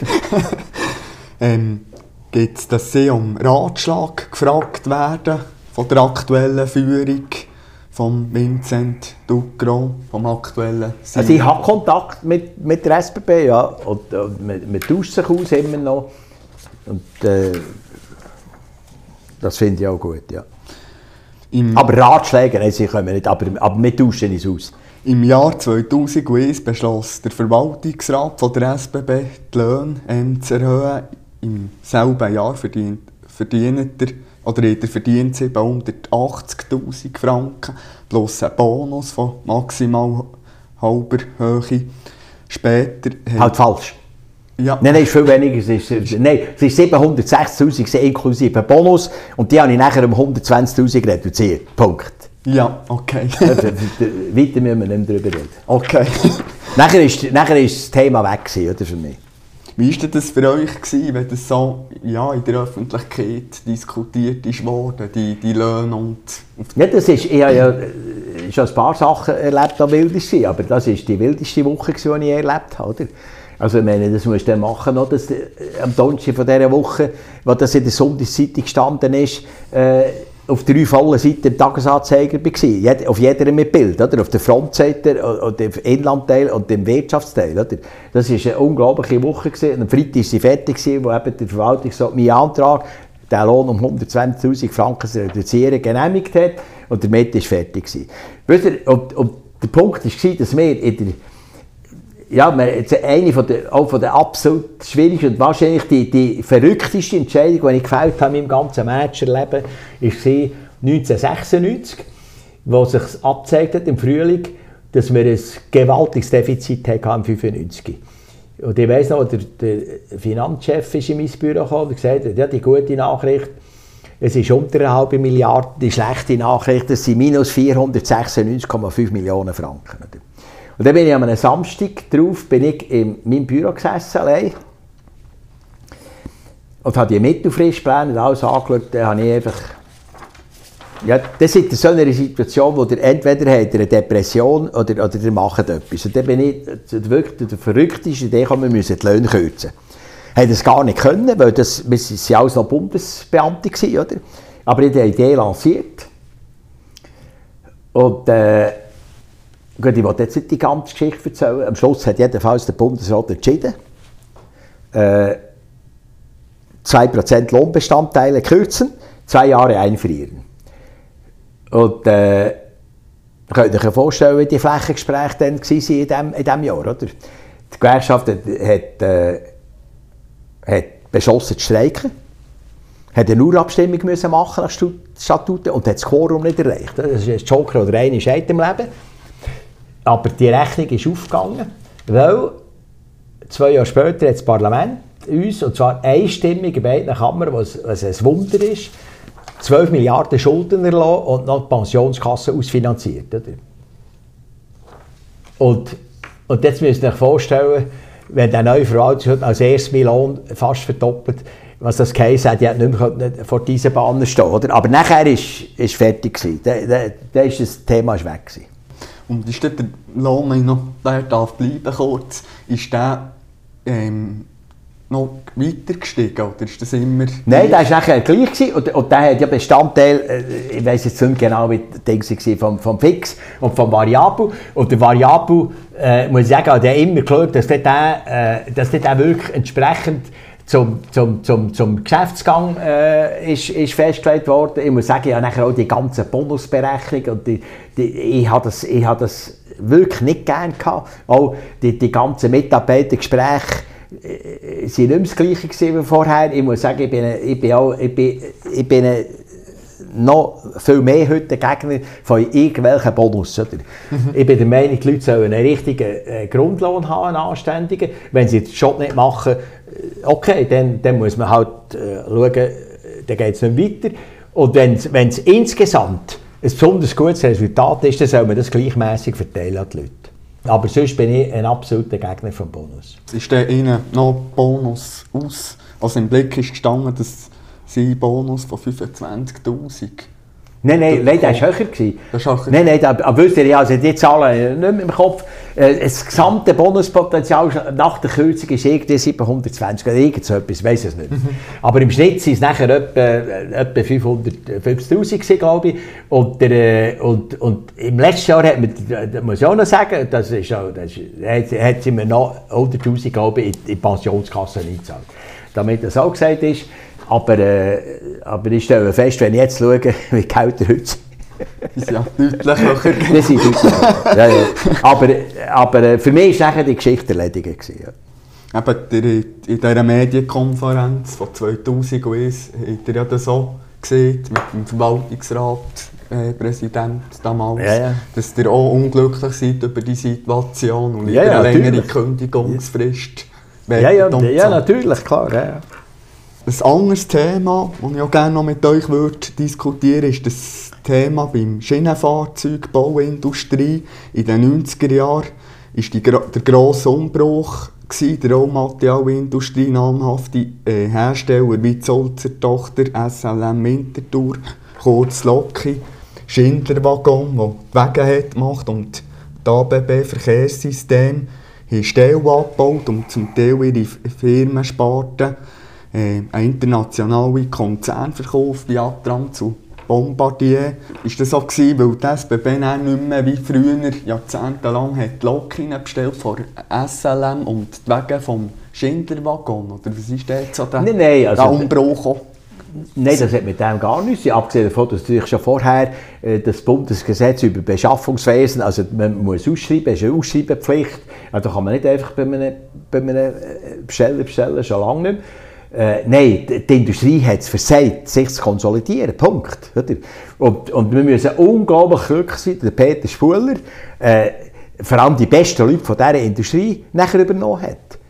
S2: ähm, Gibt es, dass Sie um Ratschlag gefragt werden von der aktuellen Führung von Vincent Ducrot, vom aktuellen C E O?
S3: Also ich habe Kontakt mit, mit der S B B, ja. Und, und man, man tauscht sich aus immer noch. Und, äh, das finde ich auch gut, ja. Im aber Ratschläge, nein, sie können nicht, aber, aber wir tauschen es aus.
S2: Im Jahr zweitausendeins beschloss der Verwaltungsrat von der S B B, die Löhne ähm, zu erhöhen. Im selben Jahr verdient, verdient er, oder er verdient siebenhundertachtzigtausend Franken plus ein Bonus von maximal halber Höhe. Später...
S3: Halt falsch.
S2: Ja.
S3: Nein, nein, ist viel weniger. Es ist, nein, es ist siebenhundertsechzigtausend inklusive Bonus und die habe ich nachher um hundertzwanzigtausend reduziert. Punkt.
S2: Ja, okay.
S3: Weiter müssen wir nicht mehr darüber reden.
S2: Okay.
S3: Nachher ist, nachher ist das Thema weg gewesen, oder, für mich.
S2: Wie war das für euch, gewesen, wenn das so ja, in der Öffentlichkeit diskutiert ist worden, die, die Löhne und...
S3: Ja, das ist, ich habe ja schon ein paar Sachen erlebt, die wild waren, aber das war die wildeste Woche, die ich erlebt habe. Oder? Also ich meine, das musst du dann machen, noch, dass, äh, am Donnerstag von dieser Woche, wo das in der Sonntagszeitung gestanden ist, äh, auf drei vollen Seiten im Tagesanzeiger war. Auf jeder mit Bild, oder? Auf der Frontseite, und im Inlandteil und im Wirtschaftsteil. Oder? Das war eine unglaubliche Woche. Und am Freitag war sie fertig, wo eben der Verwaltungsrat meinen Antrag, den Lohn um hundertzwanzigtausend Franken zu reduzieren, genehmigt hat. Und damit war es fertig. Weißt du, und, und der Punkt war, dass wir in der Ja, eine von der, auch von der absolut schwierigsten und wahrscheinlich die, die verrückteste Entscheidung, die ich gefällt habe in meinem ganzen Managerleben, war neunzehnhundertsechsundneunzig, wo sich abgezeigt hat im Frühling, dass wir ein gewaltiges Defizit hatten im fünfundneunzig. Und ich weiss noch, der, der Finanzchef ist in mein Büro gekommen und gesagt hat, ja, die gute Nachricht, es ist unter eine halbe Milliarde, die schlechte Nachricht, es sind minus vierhundertsechsundneunzig Komma fünf Millionen Franken. Und dann bin ich an einem Samstag drauf, bin ich in meinem Büro gesessen, allein. Und habe die Mittelfristpläne und alles angeschaut. Dann habe ich einfach... Ja, das ist so eine Situation, wo ihr entweder habt eine Depression oder, oder ihr macht etwas. Und dann bin ich wirklich der verrückteste Idee gekommen, wir müssen die Löhne kürzen. Ich konnte das gar nicht können, weil das, wir sind alles noch Bundesbeamte gewesen, oder? Aber ich habe die Idee lanciert. Und... Äh, Gut, ich will jetzt nicht die ganze Geschichte erzählen. Am Schluss hat jedenfalls der Bundesrat entschieden, äh, zwei Prozent Lohnbestandteile kürzen, zwei Jahre einfrieren. Und äh, könnt ihr euch vorstellen, wie die Flächengespräche dann waren in diesem, in diesem Jahr. Oder? Die Gewerkschaft hat, hat, äh, hat beschlossen zu streiken, hat eine Urabstimmung müssen machen nach Statuten und hat das Quorum nicht erreicht. Das ist ein Joker oder eine Scheit im Leben. Aber die Rechnung ist aufgegangen, weil zwei Jahre später hat das Parlament uns, und zwar einstimmig in beiden Kammern, was, was ein Wunder ist, zwölf Milliarden Schulden erlassen und noch die Pensionskasse ausfinanziert. Oder? Und, und jetzt müsst ihr euch vorstellen, wenn der neue Verwaltungsrat als erstes Lohn fast verdoppelt, was das geheißen hat, die hat nicht mehr vor dieser Bahn stehen. Oder? Aber nachher war es fertig. Da, da, da ist das Thema ist weg gewesen.
S2: Und ist der Lohn, wenn ich noch der darf bleiben kurz, ist der ähm, noch weiter gestiegen, oder ist das immer...
S3: Nein, der war nachher gleich gewesen, und, und der hat ja Bestandteil, äh, ich weiss jetzt nicht genau, wie das Ding war, vom, vom Fix und vom Variabel. Und der Variabel, äh, muss ich sagen, hat immer geschaut, dass der, äh, dass der wirklich entsprechend zum, zum, zum, zum Geschäftsgang äh, ist, ist festgelegt worden. Ich muss sagen, ja, nachher auch die ganze Bonusberechnung und die, die, ich habe das, ich habe das wirklich nicht gerne gehabt. Auch die, die ganzen Mitarbeitergespräche äh, sind nicht mehr das Gleiche wie vorher. Ich muss sagen, ich bin, ich bin, auch, ich bin, ich bin noch viel mehr heute Gegner von irgendwelchen Bonus. Oder? Mhm. Ich bin der Meinung, die Leute sollen einen richtigen äh, Grundlohn haben, einen anständigen. Wenn sie den Job nicht machen, okay, dann, dann muss man halt äh, schauen, dann geht es nicht weiter. Und wenn es insgesamt ein besonders gutes Resultat ist, dann soll man das gleichmässig verteilen an die Leute. Aber sonst bin ich ein absoluter Gegner vom Bonus.
S2: Ist der Ihnen noch Bonus aus? Also im Blick ist gestanden, dass Sie einen Bonus von fünfundzwanzigtausend.
S3: Nein, nein, nein, der war höher.
S2: Das war höher.
S3: Nein, nein, aber wisst ihr, also die Zahlen nicht mehr im Kopf. Das gesamte Bonuspotenzial nach der Kürzung ist irgendwie siebenhundertzwanzig oder irgend so etwas, ich weiss es nicht. Mhm. Aber im Schnitt waren es nachher etwa, etwa fünfhundertfünfzigtausend, glaube ich. Und, der, und, und im letzten Jahr hat man, das muss ich auch noch sagen, das ist auch, das ist, hat sie mir noch hunderttausend, glaube ich, in die Pensionskasse eingezahlt. Damit das auch gesagt ist. Aber, äh, aber ich stelle fest, wenn ich jetzt schaue, wie die Gehälter heute sind.
S2: Die sind ja deutlich höher.
S3: Die sind deutlich höher. Ja, ja. Aber, aber für mich war die Geschichte erledigt. Ja.
S2: Eben in dieser Medienkonferenz von zweitausendeins habt ihr ja das so gesehen, mit dem Verwaltungsrat, äh, Präsident damals,
S3: ja, ja. dass
S2: ihr auch unglücklich seid über die Situation und
S3: ja, ja,
S2: eine längere Kündigungsfrist.
S3: Ja, ja, ja, ja, natürlich, klar. Ja, ja.
S2: Ein anderes Thema, das ich auch gerne noch mit euch würde diskutieren würde, ist das Thema beim Schienenfahrzeugbauindustrie. In den neunziger Jahren war die, der grosse Umbruch in der Rohmaterialindustrie, namhafte äh, Hersteller wie die Sulzer Tochter S L M Winterthur, kurz Loki, Schindler-Waggon, der die Wege gemacht und das A B B-Verkehrssystem haben Stellen abgebaut und zum Teil ihre Firmensparten Äh, ein internationaler Konzern verkauft, wie Atram zu Bombardier. Ist das so gewesen, weil die S B B nicht mehr wie früher jahrzehntelang hat Loki bestellt von S L M und die Wege vom Schindler-Waggon? Oder was ist jetzt so der,
S3: nein, nein, also
S2: der Umbruch auch?
S3: Nein, das hat mit dem gar nichts. Abgesehen davon, dass natürlich schon vorher äh, das Bundesgesetz über Beschaffungswesen, also man muss ausschreiben, es ist eine Ausschreibepflicht. Also kann man nicht einfach bei einem, bei einem Besteller bestellen, schon lange nicht mehr. Äh, nein, die, die Industrie hat es versagt, sich zu konsolidieren. Punkt. Und, und wir müssen unglaublich glücklich sein, der Peter Spuler, äh, vor allem die besten Leute von dieser Industrie nachher übernommen hat.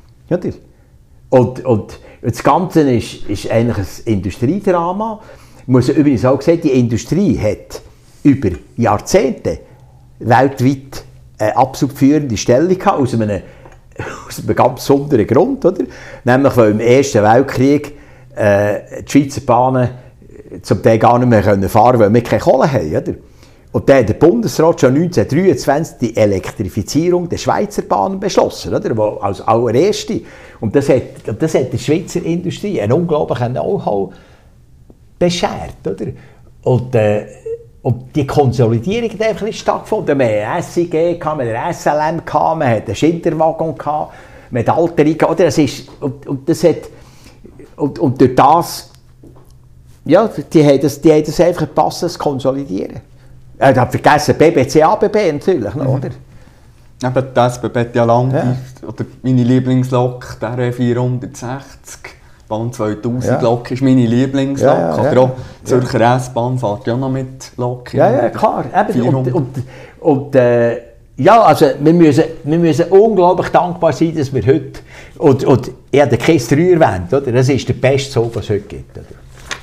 S3: Und, und das Ganze ist, ist eigentlich ein Industriedrama. Ich muss übrigens auch sagen, die Industrie hat über Jahrzehnte weltweit eine absolut führende Stellung gehabt, aus einem aus einem ganz besonderen Grund, oder? Nämlich, weil im Ersten Weltkrieg äh, die Schweizer Bahnen zum Teil gar nicht mehr fahren können, weil wir keine Kohle haben, oder? Und dann hat der Bundesrat schon neunzehnhundertdreiundzwanzig die Elektrifizierung der Schweizer Bahnen beschlossen, oder? Wo als allererste. Und das hat, das hat der Schweizer Industrie einen unglaublichen Know-how beschert, oder? Und, äh, Und die Konsolidierung hat einfach nicht stattgefunden. Man hatte S I G, man hatte S L M, man hatte den Schindler-Waggon, man hatte Alteri. Das ist, und, und, das hat, und, und durch das, ja, die haben das, die haben das einfach gepasst, das konsolidieren. Ich habe vergessen, B B C, A B B natürlich, mhm. oder?
S2: Eben, die S B B hat ja lange, ja. Oder meine Lieblingslok, der vierhundertsechzig. Bahn zweitausend, ja. Lok ist meine Lieblingslok. Ja, ja, ja. Auch die Zürcher ja. S-Bahn fährt ja noch mit Lok.
S3: Ja, ja, klar. Eben. Und, und, und äh, ja, also wir müssen, wir müssen unglaublich dankbar sein, dass wir heute, und, und ich habe den Kies drei erwähnt, oder? Das ist der beste Zug, was es heute gibt. Oder?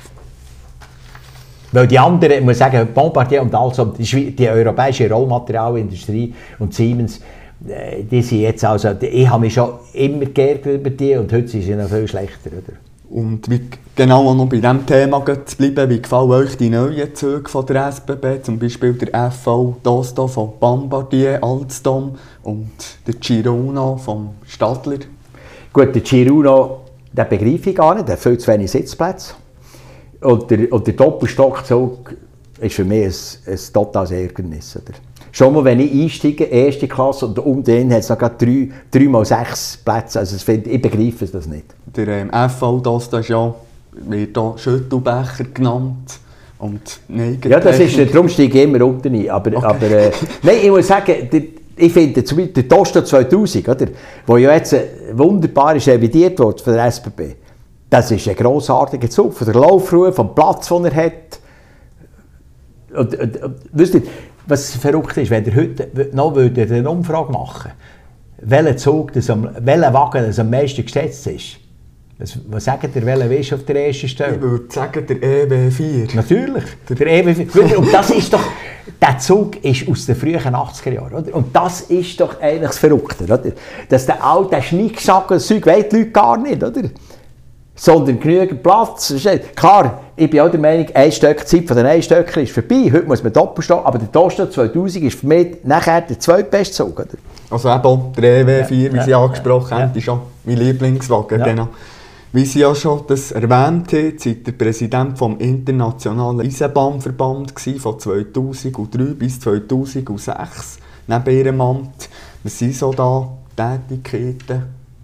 S3: Weil die anderen, ich muss sagen, Bombardier und also die, die europäische Rohmaterialindustrie und Siemens, die sind jetzt also, ich habe mich schon immer geärgert über die und heute sind sie noch viel schlechter. Oder?
S2: Und wie, genau noch bei diesem Thema zu bleiben, wie gefallen euch die neuen Züge von der S B B, zum Beispiel der F V Dosto von Bombardier, Alstom und der Girona vom Stadler?
S3: Gut, der Girona, den begreife ich gar nicht, der hat viel zu wenig Sitzplätze. Und der, und der Doppelstockzug ist für mich ein, ein totales Ärgernis. Oder? Schon mal, wenn ich einsteige, erste Klasse, und um den hat es noch drei, drei mal sechs Plätze. Also find, ich begreife das nicht.
S2: Der ähm, F V das, das ist ja, wird hier Schüttelbecher genannt. Und
S3: ja, das ist, darum steige ich immer unten ein. Aber, okay. aber äh, nein, ich muss sagen, der, ich finde zum Beispiel der Tosto zweitausend, oder, wo ja jetzt wunderbar ist revidiert wurde von der S B B, das ist ein grossartiger Zug, von der Laufruhe, vom Platz, den er hat. Und, und, und wisst ihr, was verrückt ist, wenn ihr heute noch würdet eine Umfrage machen würdet, welcher Zug, das am, welcher Wagen das am meisten gesetzt ist. Das, was sagt ihr, welcher ist auf der ersten Stelle?
S2: Ich würde sagen, der E W vier.
S3: Natürlich, der, der E W vier. Und das ist doch, der Zug ist aus den frühen achtziger Jahren. Oder? Und das ist doch eigentlich das Verrückte. Oder? Dass der alte Schnickschnack und Zeug wollen die Leute gar nicht. Oder? Sondern genügend Platz. Klar, ich bin auch der Meinung, eine Stöckzeit von den Einstöckern ist vorbei. Heute muss man doppelt stehen. Aber der Tosto zweitausend ist für mich nachher der zweitbeste Zug. Oder?
S2: Also eben der E W vier, ja, wie Sie ja, angesprochen ja, haben, ist schon mein Lieblingswagen. Ja. Genau. Wie Sie ja schon das erwähnt haben, seid der Präsident des Internationalen Eisenbahnverband von zweitausenddrei bis zweitausendsechs neben Ihrem Amt. Was waren so da Tätigkeiten?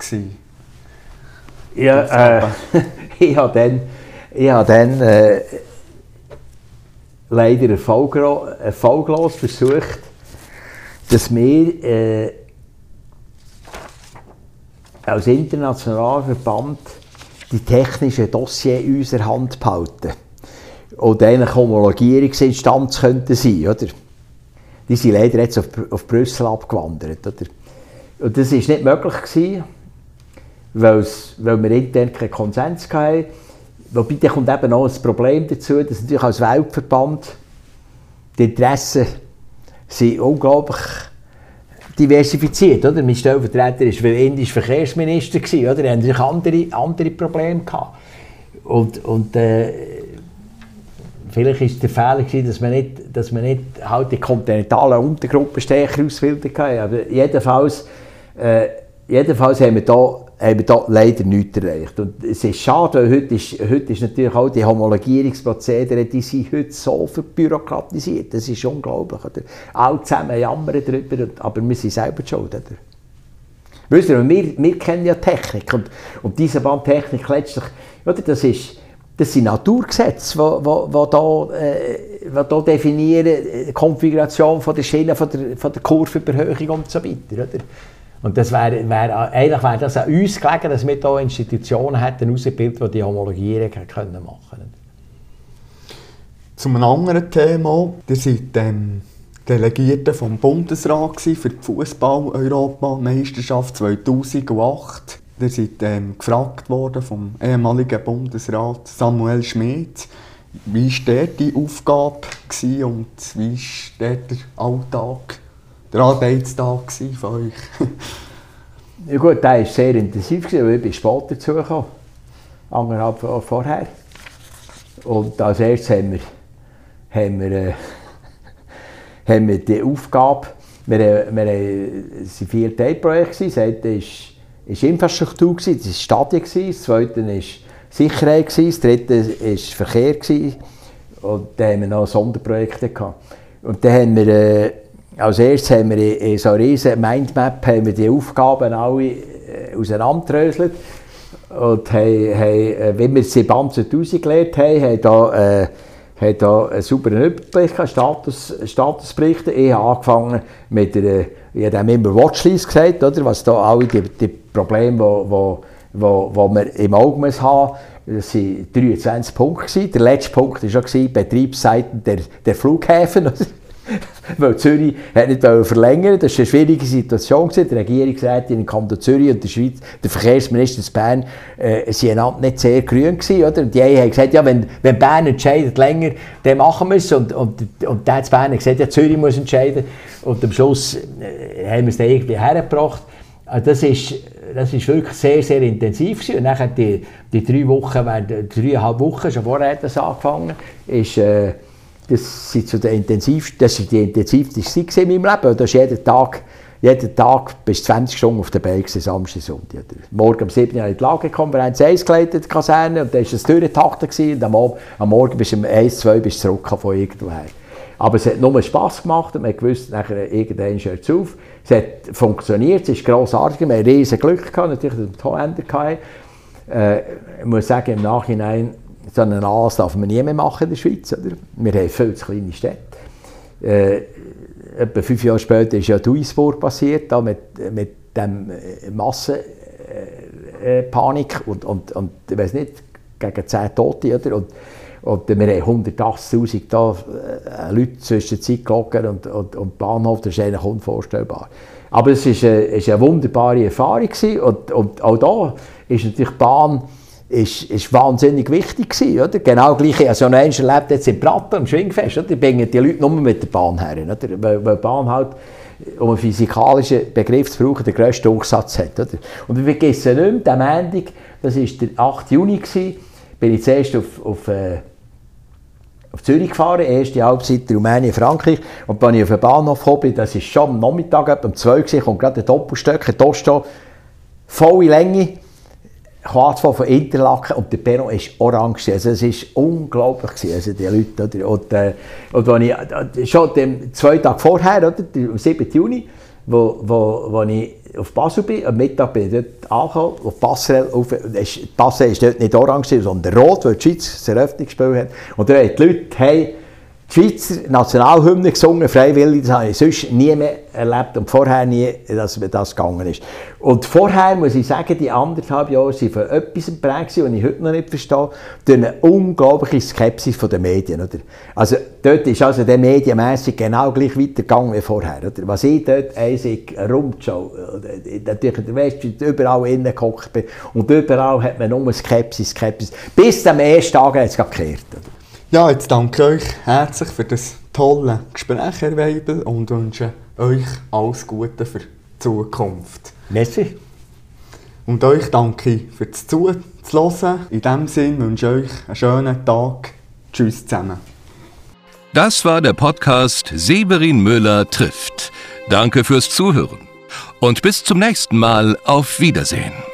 S3: Ja, äh, ich habe dann, ich habe dann äh, leider erfolglos, erfolglos versucht, dass wir äh, als internationaler Verband die technischen Dossiers in unserer Hand behalten und eigentlich Homologierungsinstanz könnten sein, oder? Die sind leider jetzt auf, auf Brüssel abgewandert, oder? Und das war nicht möglich gewesen, weil wir intern keinen Konsens hatten. Wobei, da kommt eben noch ein Problem dazu, dass natürlich als Weltverband die Interessen sind unglaublich diversifiziert, oder? Mein Stellvertreter war indischer Verkehrsminister, oder? Er hatte natürlich andere, andere Probleme gehabt. Und, und äh, vielleicht war es der Fehler gewesen, dass man nicht, dass man nicht halt die kontinentalen Untergruppen stärker ausbilden kann. Aber jedenfalls, äh, jedenfalls haben wir da haben wir da leider nichts erreicht. Und es ist schade, weil heute ist, heute ist natürlich auch die Homologierungsprozedere, die sind heute so verbürokratisiert. Das ist unglaublich. Oder? Alle zusammen jammern darüber, aber wir sind selber schuld. Oder? Wisst ihr, wir, wir kennen ja Technik und, und diese Bahntechnik letztlich, oder, das, ist, das sind Naturgesetze, die wo, wo da, äh, wo da definieren die Konfiguration von der Schiene, von der, von der Kurvenüberhöhung und so weiter. Oder? Und das wär, wär, eigentlich wäre das an uns gelegen, dass wir hier Institutionen hätten ausgebildet, die die Homologierung können machen können.
S2: Zu einem anderen Thema. Ihr seid ähm, Delegierte vom Bundesrat für die Fußball-Europameisterschaft zweitausendacht. Ihr seid ähm, gefragt worden vom ehemaligen Bundesrat Samuel Schmid. Wie war die Aufgabe und wie war der Alltag? Der Arbeitstag von euch?
S3: Ja gut, der war sehr intensiv, weil ich bin spät dazugekommen, anderthalb Jahre vorher. Und als erstes haben wir, haben wir, äh, haben wir die Aufgabe, wir, wir, wir es waren vier Teilprojekte, das eine war Infrastruktur, das war Stadien, das zweite war Sicherheit, das dritte war Verkehr und dann haben wir noch Sonderprojekte gehabt. Und dann haben wir äh, Als erstes haben wir in so einer riesen Mindmap haben wir die Aufgaben alle auseinanderdröselt und haben, haben, wie wir es in Band zweitausend gelernt haben, haben da, äh, haben da einen sauberen Überblick, Status, Statusberichte. Ich habe angefangen mit der, ich habe immer Watchlist gesagt, oder, was da alle die, die Probleme, die wo, wo, wo wir im Auge haben müssen. Das waren dreiundzwanzig Punkte. Der letzte Punkt war schon Betriebsseiten der, der Flughäfen. Weil Zürich hat nicht verlängern. Das war eine schwierige Situation. Die Regierungsrätin im Kanton Zürich und der, Schweiz, der Verkehrsminister in Bern äh, waren nicht sehr grün gewesen, oder? Und die haben gesagt, ja, wenn, wenn Bern entscheidet länger, dann machen wir es. Und, und, und der hat Bern gesagt, ja, Zürich muss entscheiden. Und am Schluss äh, haben wir es dann irgendwie hergebracht. Also das ist, das ist wirklich sehr, sehr intensiv gewesen. Und dann die, die drei Wochen, die dreieinhalb Wochen, schon vorher hat das angefangen, ist, äh, Das war die intensivste Zeit in meinem Leben. Da ist jeden Tag, jeden Tag bis zwanzig Stunden auf der Beine, Samstag, Sonntag. Morgen um sieben Uhr habe ich die Lagekonferenz eins geleitet, die Kaserne, und dann war es durchgetaktet. Und am, am Morgen bis um eins, zwei bist du zurückgekommen von irgendwoher. Aber es hat nur Spass gemacht und man wusste, nachher irgendwann hört es auf. Es hat funktioniert, es ist grossartig, wir hatten riesen Glück gehabt, natürlich, dass wir die Holländer hatten. Äh, ich muss sagen, im Nachhinein, so einen Anlass darf man nie mehr machen in der Schweiz. Oder? Wir haben viel zu kleine Städte. Äh, etwa fünf Jahre später ist ja Duisburg passiert, da mit, mit dem Massenpanik äh, und, und, und ich weiß nicht, gegen zehn Tote. Oder? Und, und wir haben hundertachtzigtausend da, äh, Leute zwischen Zeitglocken und, und, und Bahnhof, das ist eigentlich unvorstellbar. Aber es war eine, ist eine wunderbare Erfahrung gewesen. Und, und auch da ist natürlich die Bahn ist, ist wahnsinnig wichtig gewesen, oder? Genau gleich, ich habe so einen erlebt jetzt in Pratten am Schwingfest, oder? Die bringen die Leute nur mit der Bahn her, oder? Weil, weil die Bahn halt, um einen physikalischen Begriff zu brauchen, den grössten Durchsatz hat, oder? Und wir vergessen nicht mehr, am Montag, das war der achte Juni, gewesen, bin ich zuerst auf, auf, äh, auf Zürich gefahren, erste Halbzeit Rumänien, Frankreich, und als ich auf den Bahnhof gekommen bin, das war schon am Nachmittag, um zwei Uhr, kommt gerade ein Doppelstöcker, ein Tosto, volle Länge, Quadfall von Interlaken und der Perron war orange. Also es war unglaublich, also die Leute. Oder? Und, äh, und als ich, schon dem, zwei Tage vorher, oder, am siebten Juni, wo, wo, wo ich auf Basel bin, am Mittag bin ich dort angekommen, auf Passerelle, auf, die Passerelle war dort nicht orange, sondern rot, weil die Schweiz das Eröffnungsspiel hat. Und da haben die Leute hey, die Schweizer Nationalhymne gesungen, freiwillig, das habe ich sonst nie mehr erlebt und vorher nie, dass das gegangen ist. Und vorher, muss ich sagen, die anderthalb Jahre waren von etwas geprägt, was ich heute noch nicht verstehe, durch eine unglaubliche Skepsis der Medien. Oder? Also dort ist also der medienmässig genau gleich weitergegangen wie vorher. Oder? Was ich dort einzig rumschaue, natürlich in der Westschweiz überall innen gehockt bin und überall hat man nur Skepsis, Skepsis. Bis am ersten Tag hat es gekehrt. Oder?
S2: Ja, jetzt danke euch herzlich für das tolle Gespräch, Herr Weibel, und wünsche euch alles Gute für die Zukunft.
S3: Merci.
S2: Und euch danke ich fürs Zuhören. In diesem Sinne wünsche ich euch einen schönen Tag. Tschüss zusammen.
S1: Das war der Podcast Severin Müller trifft. Danke fürs Zuhören und bis zum nächsten Mal. Auf Wiedersehen.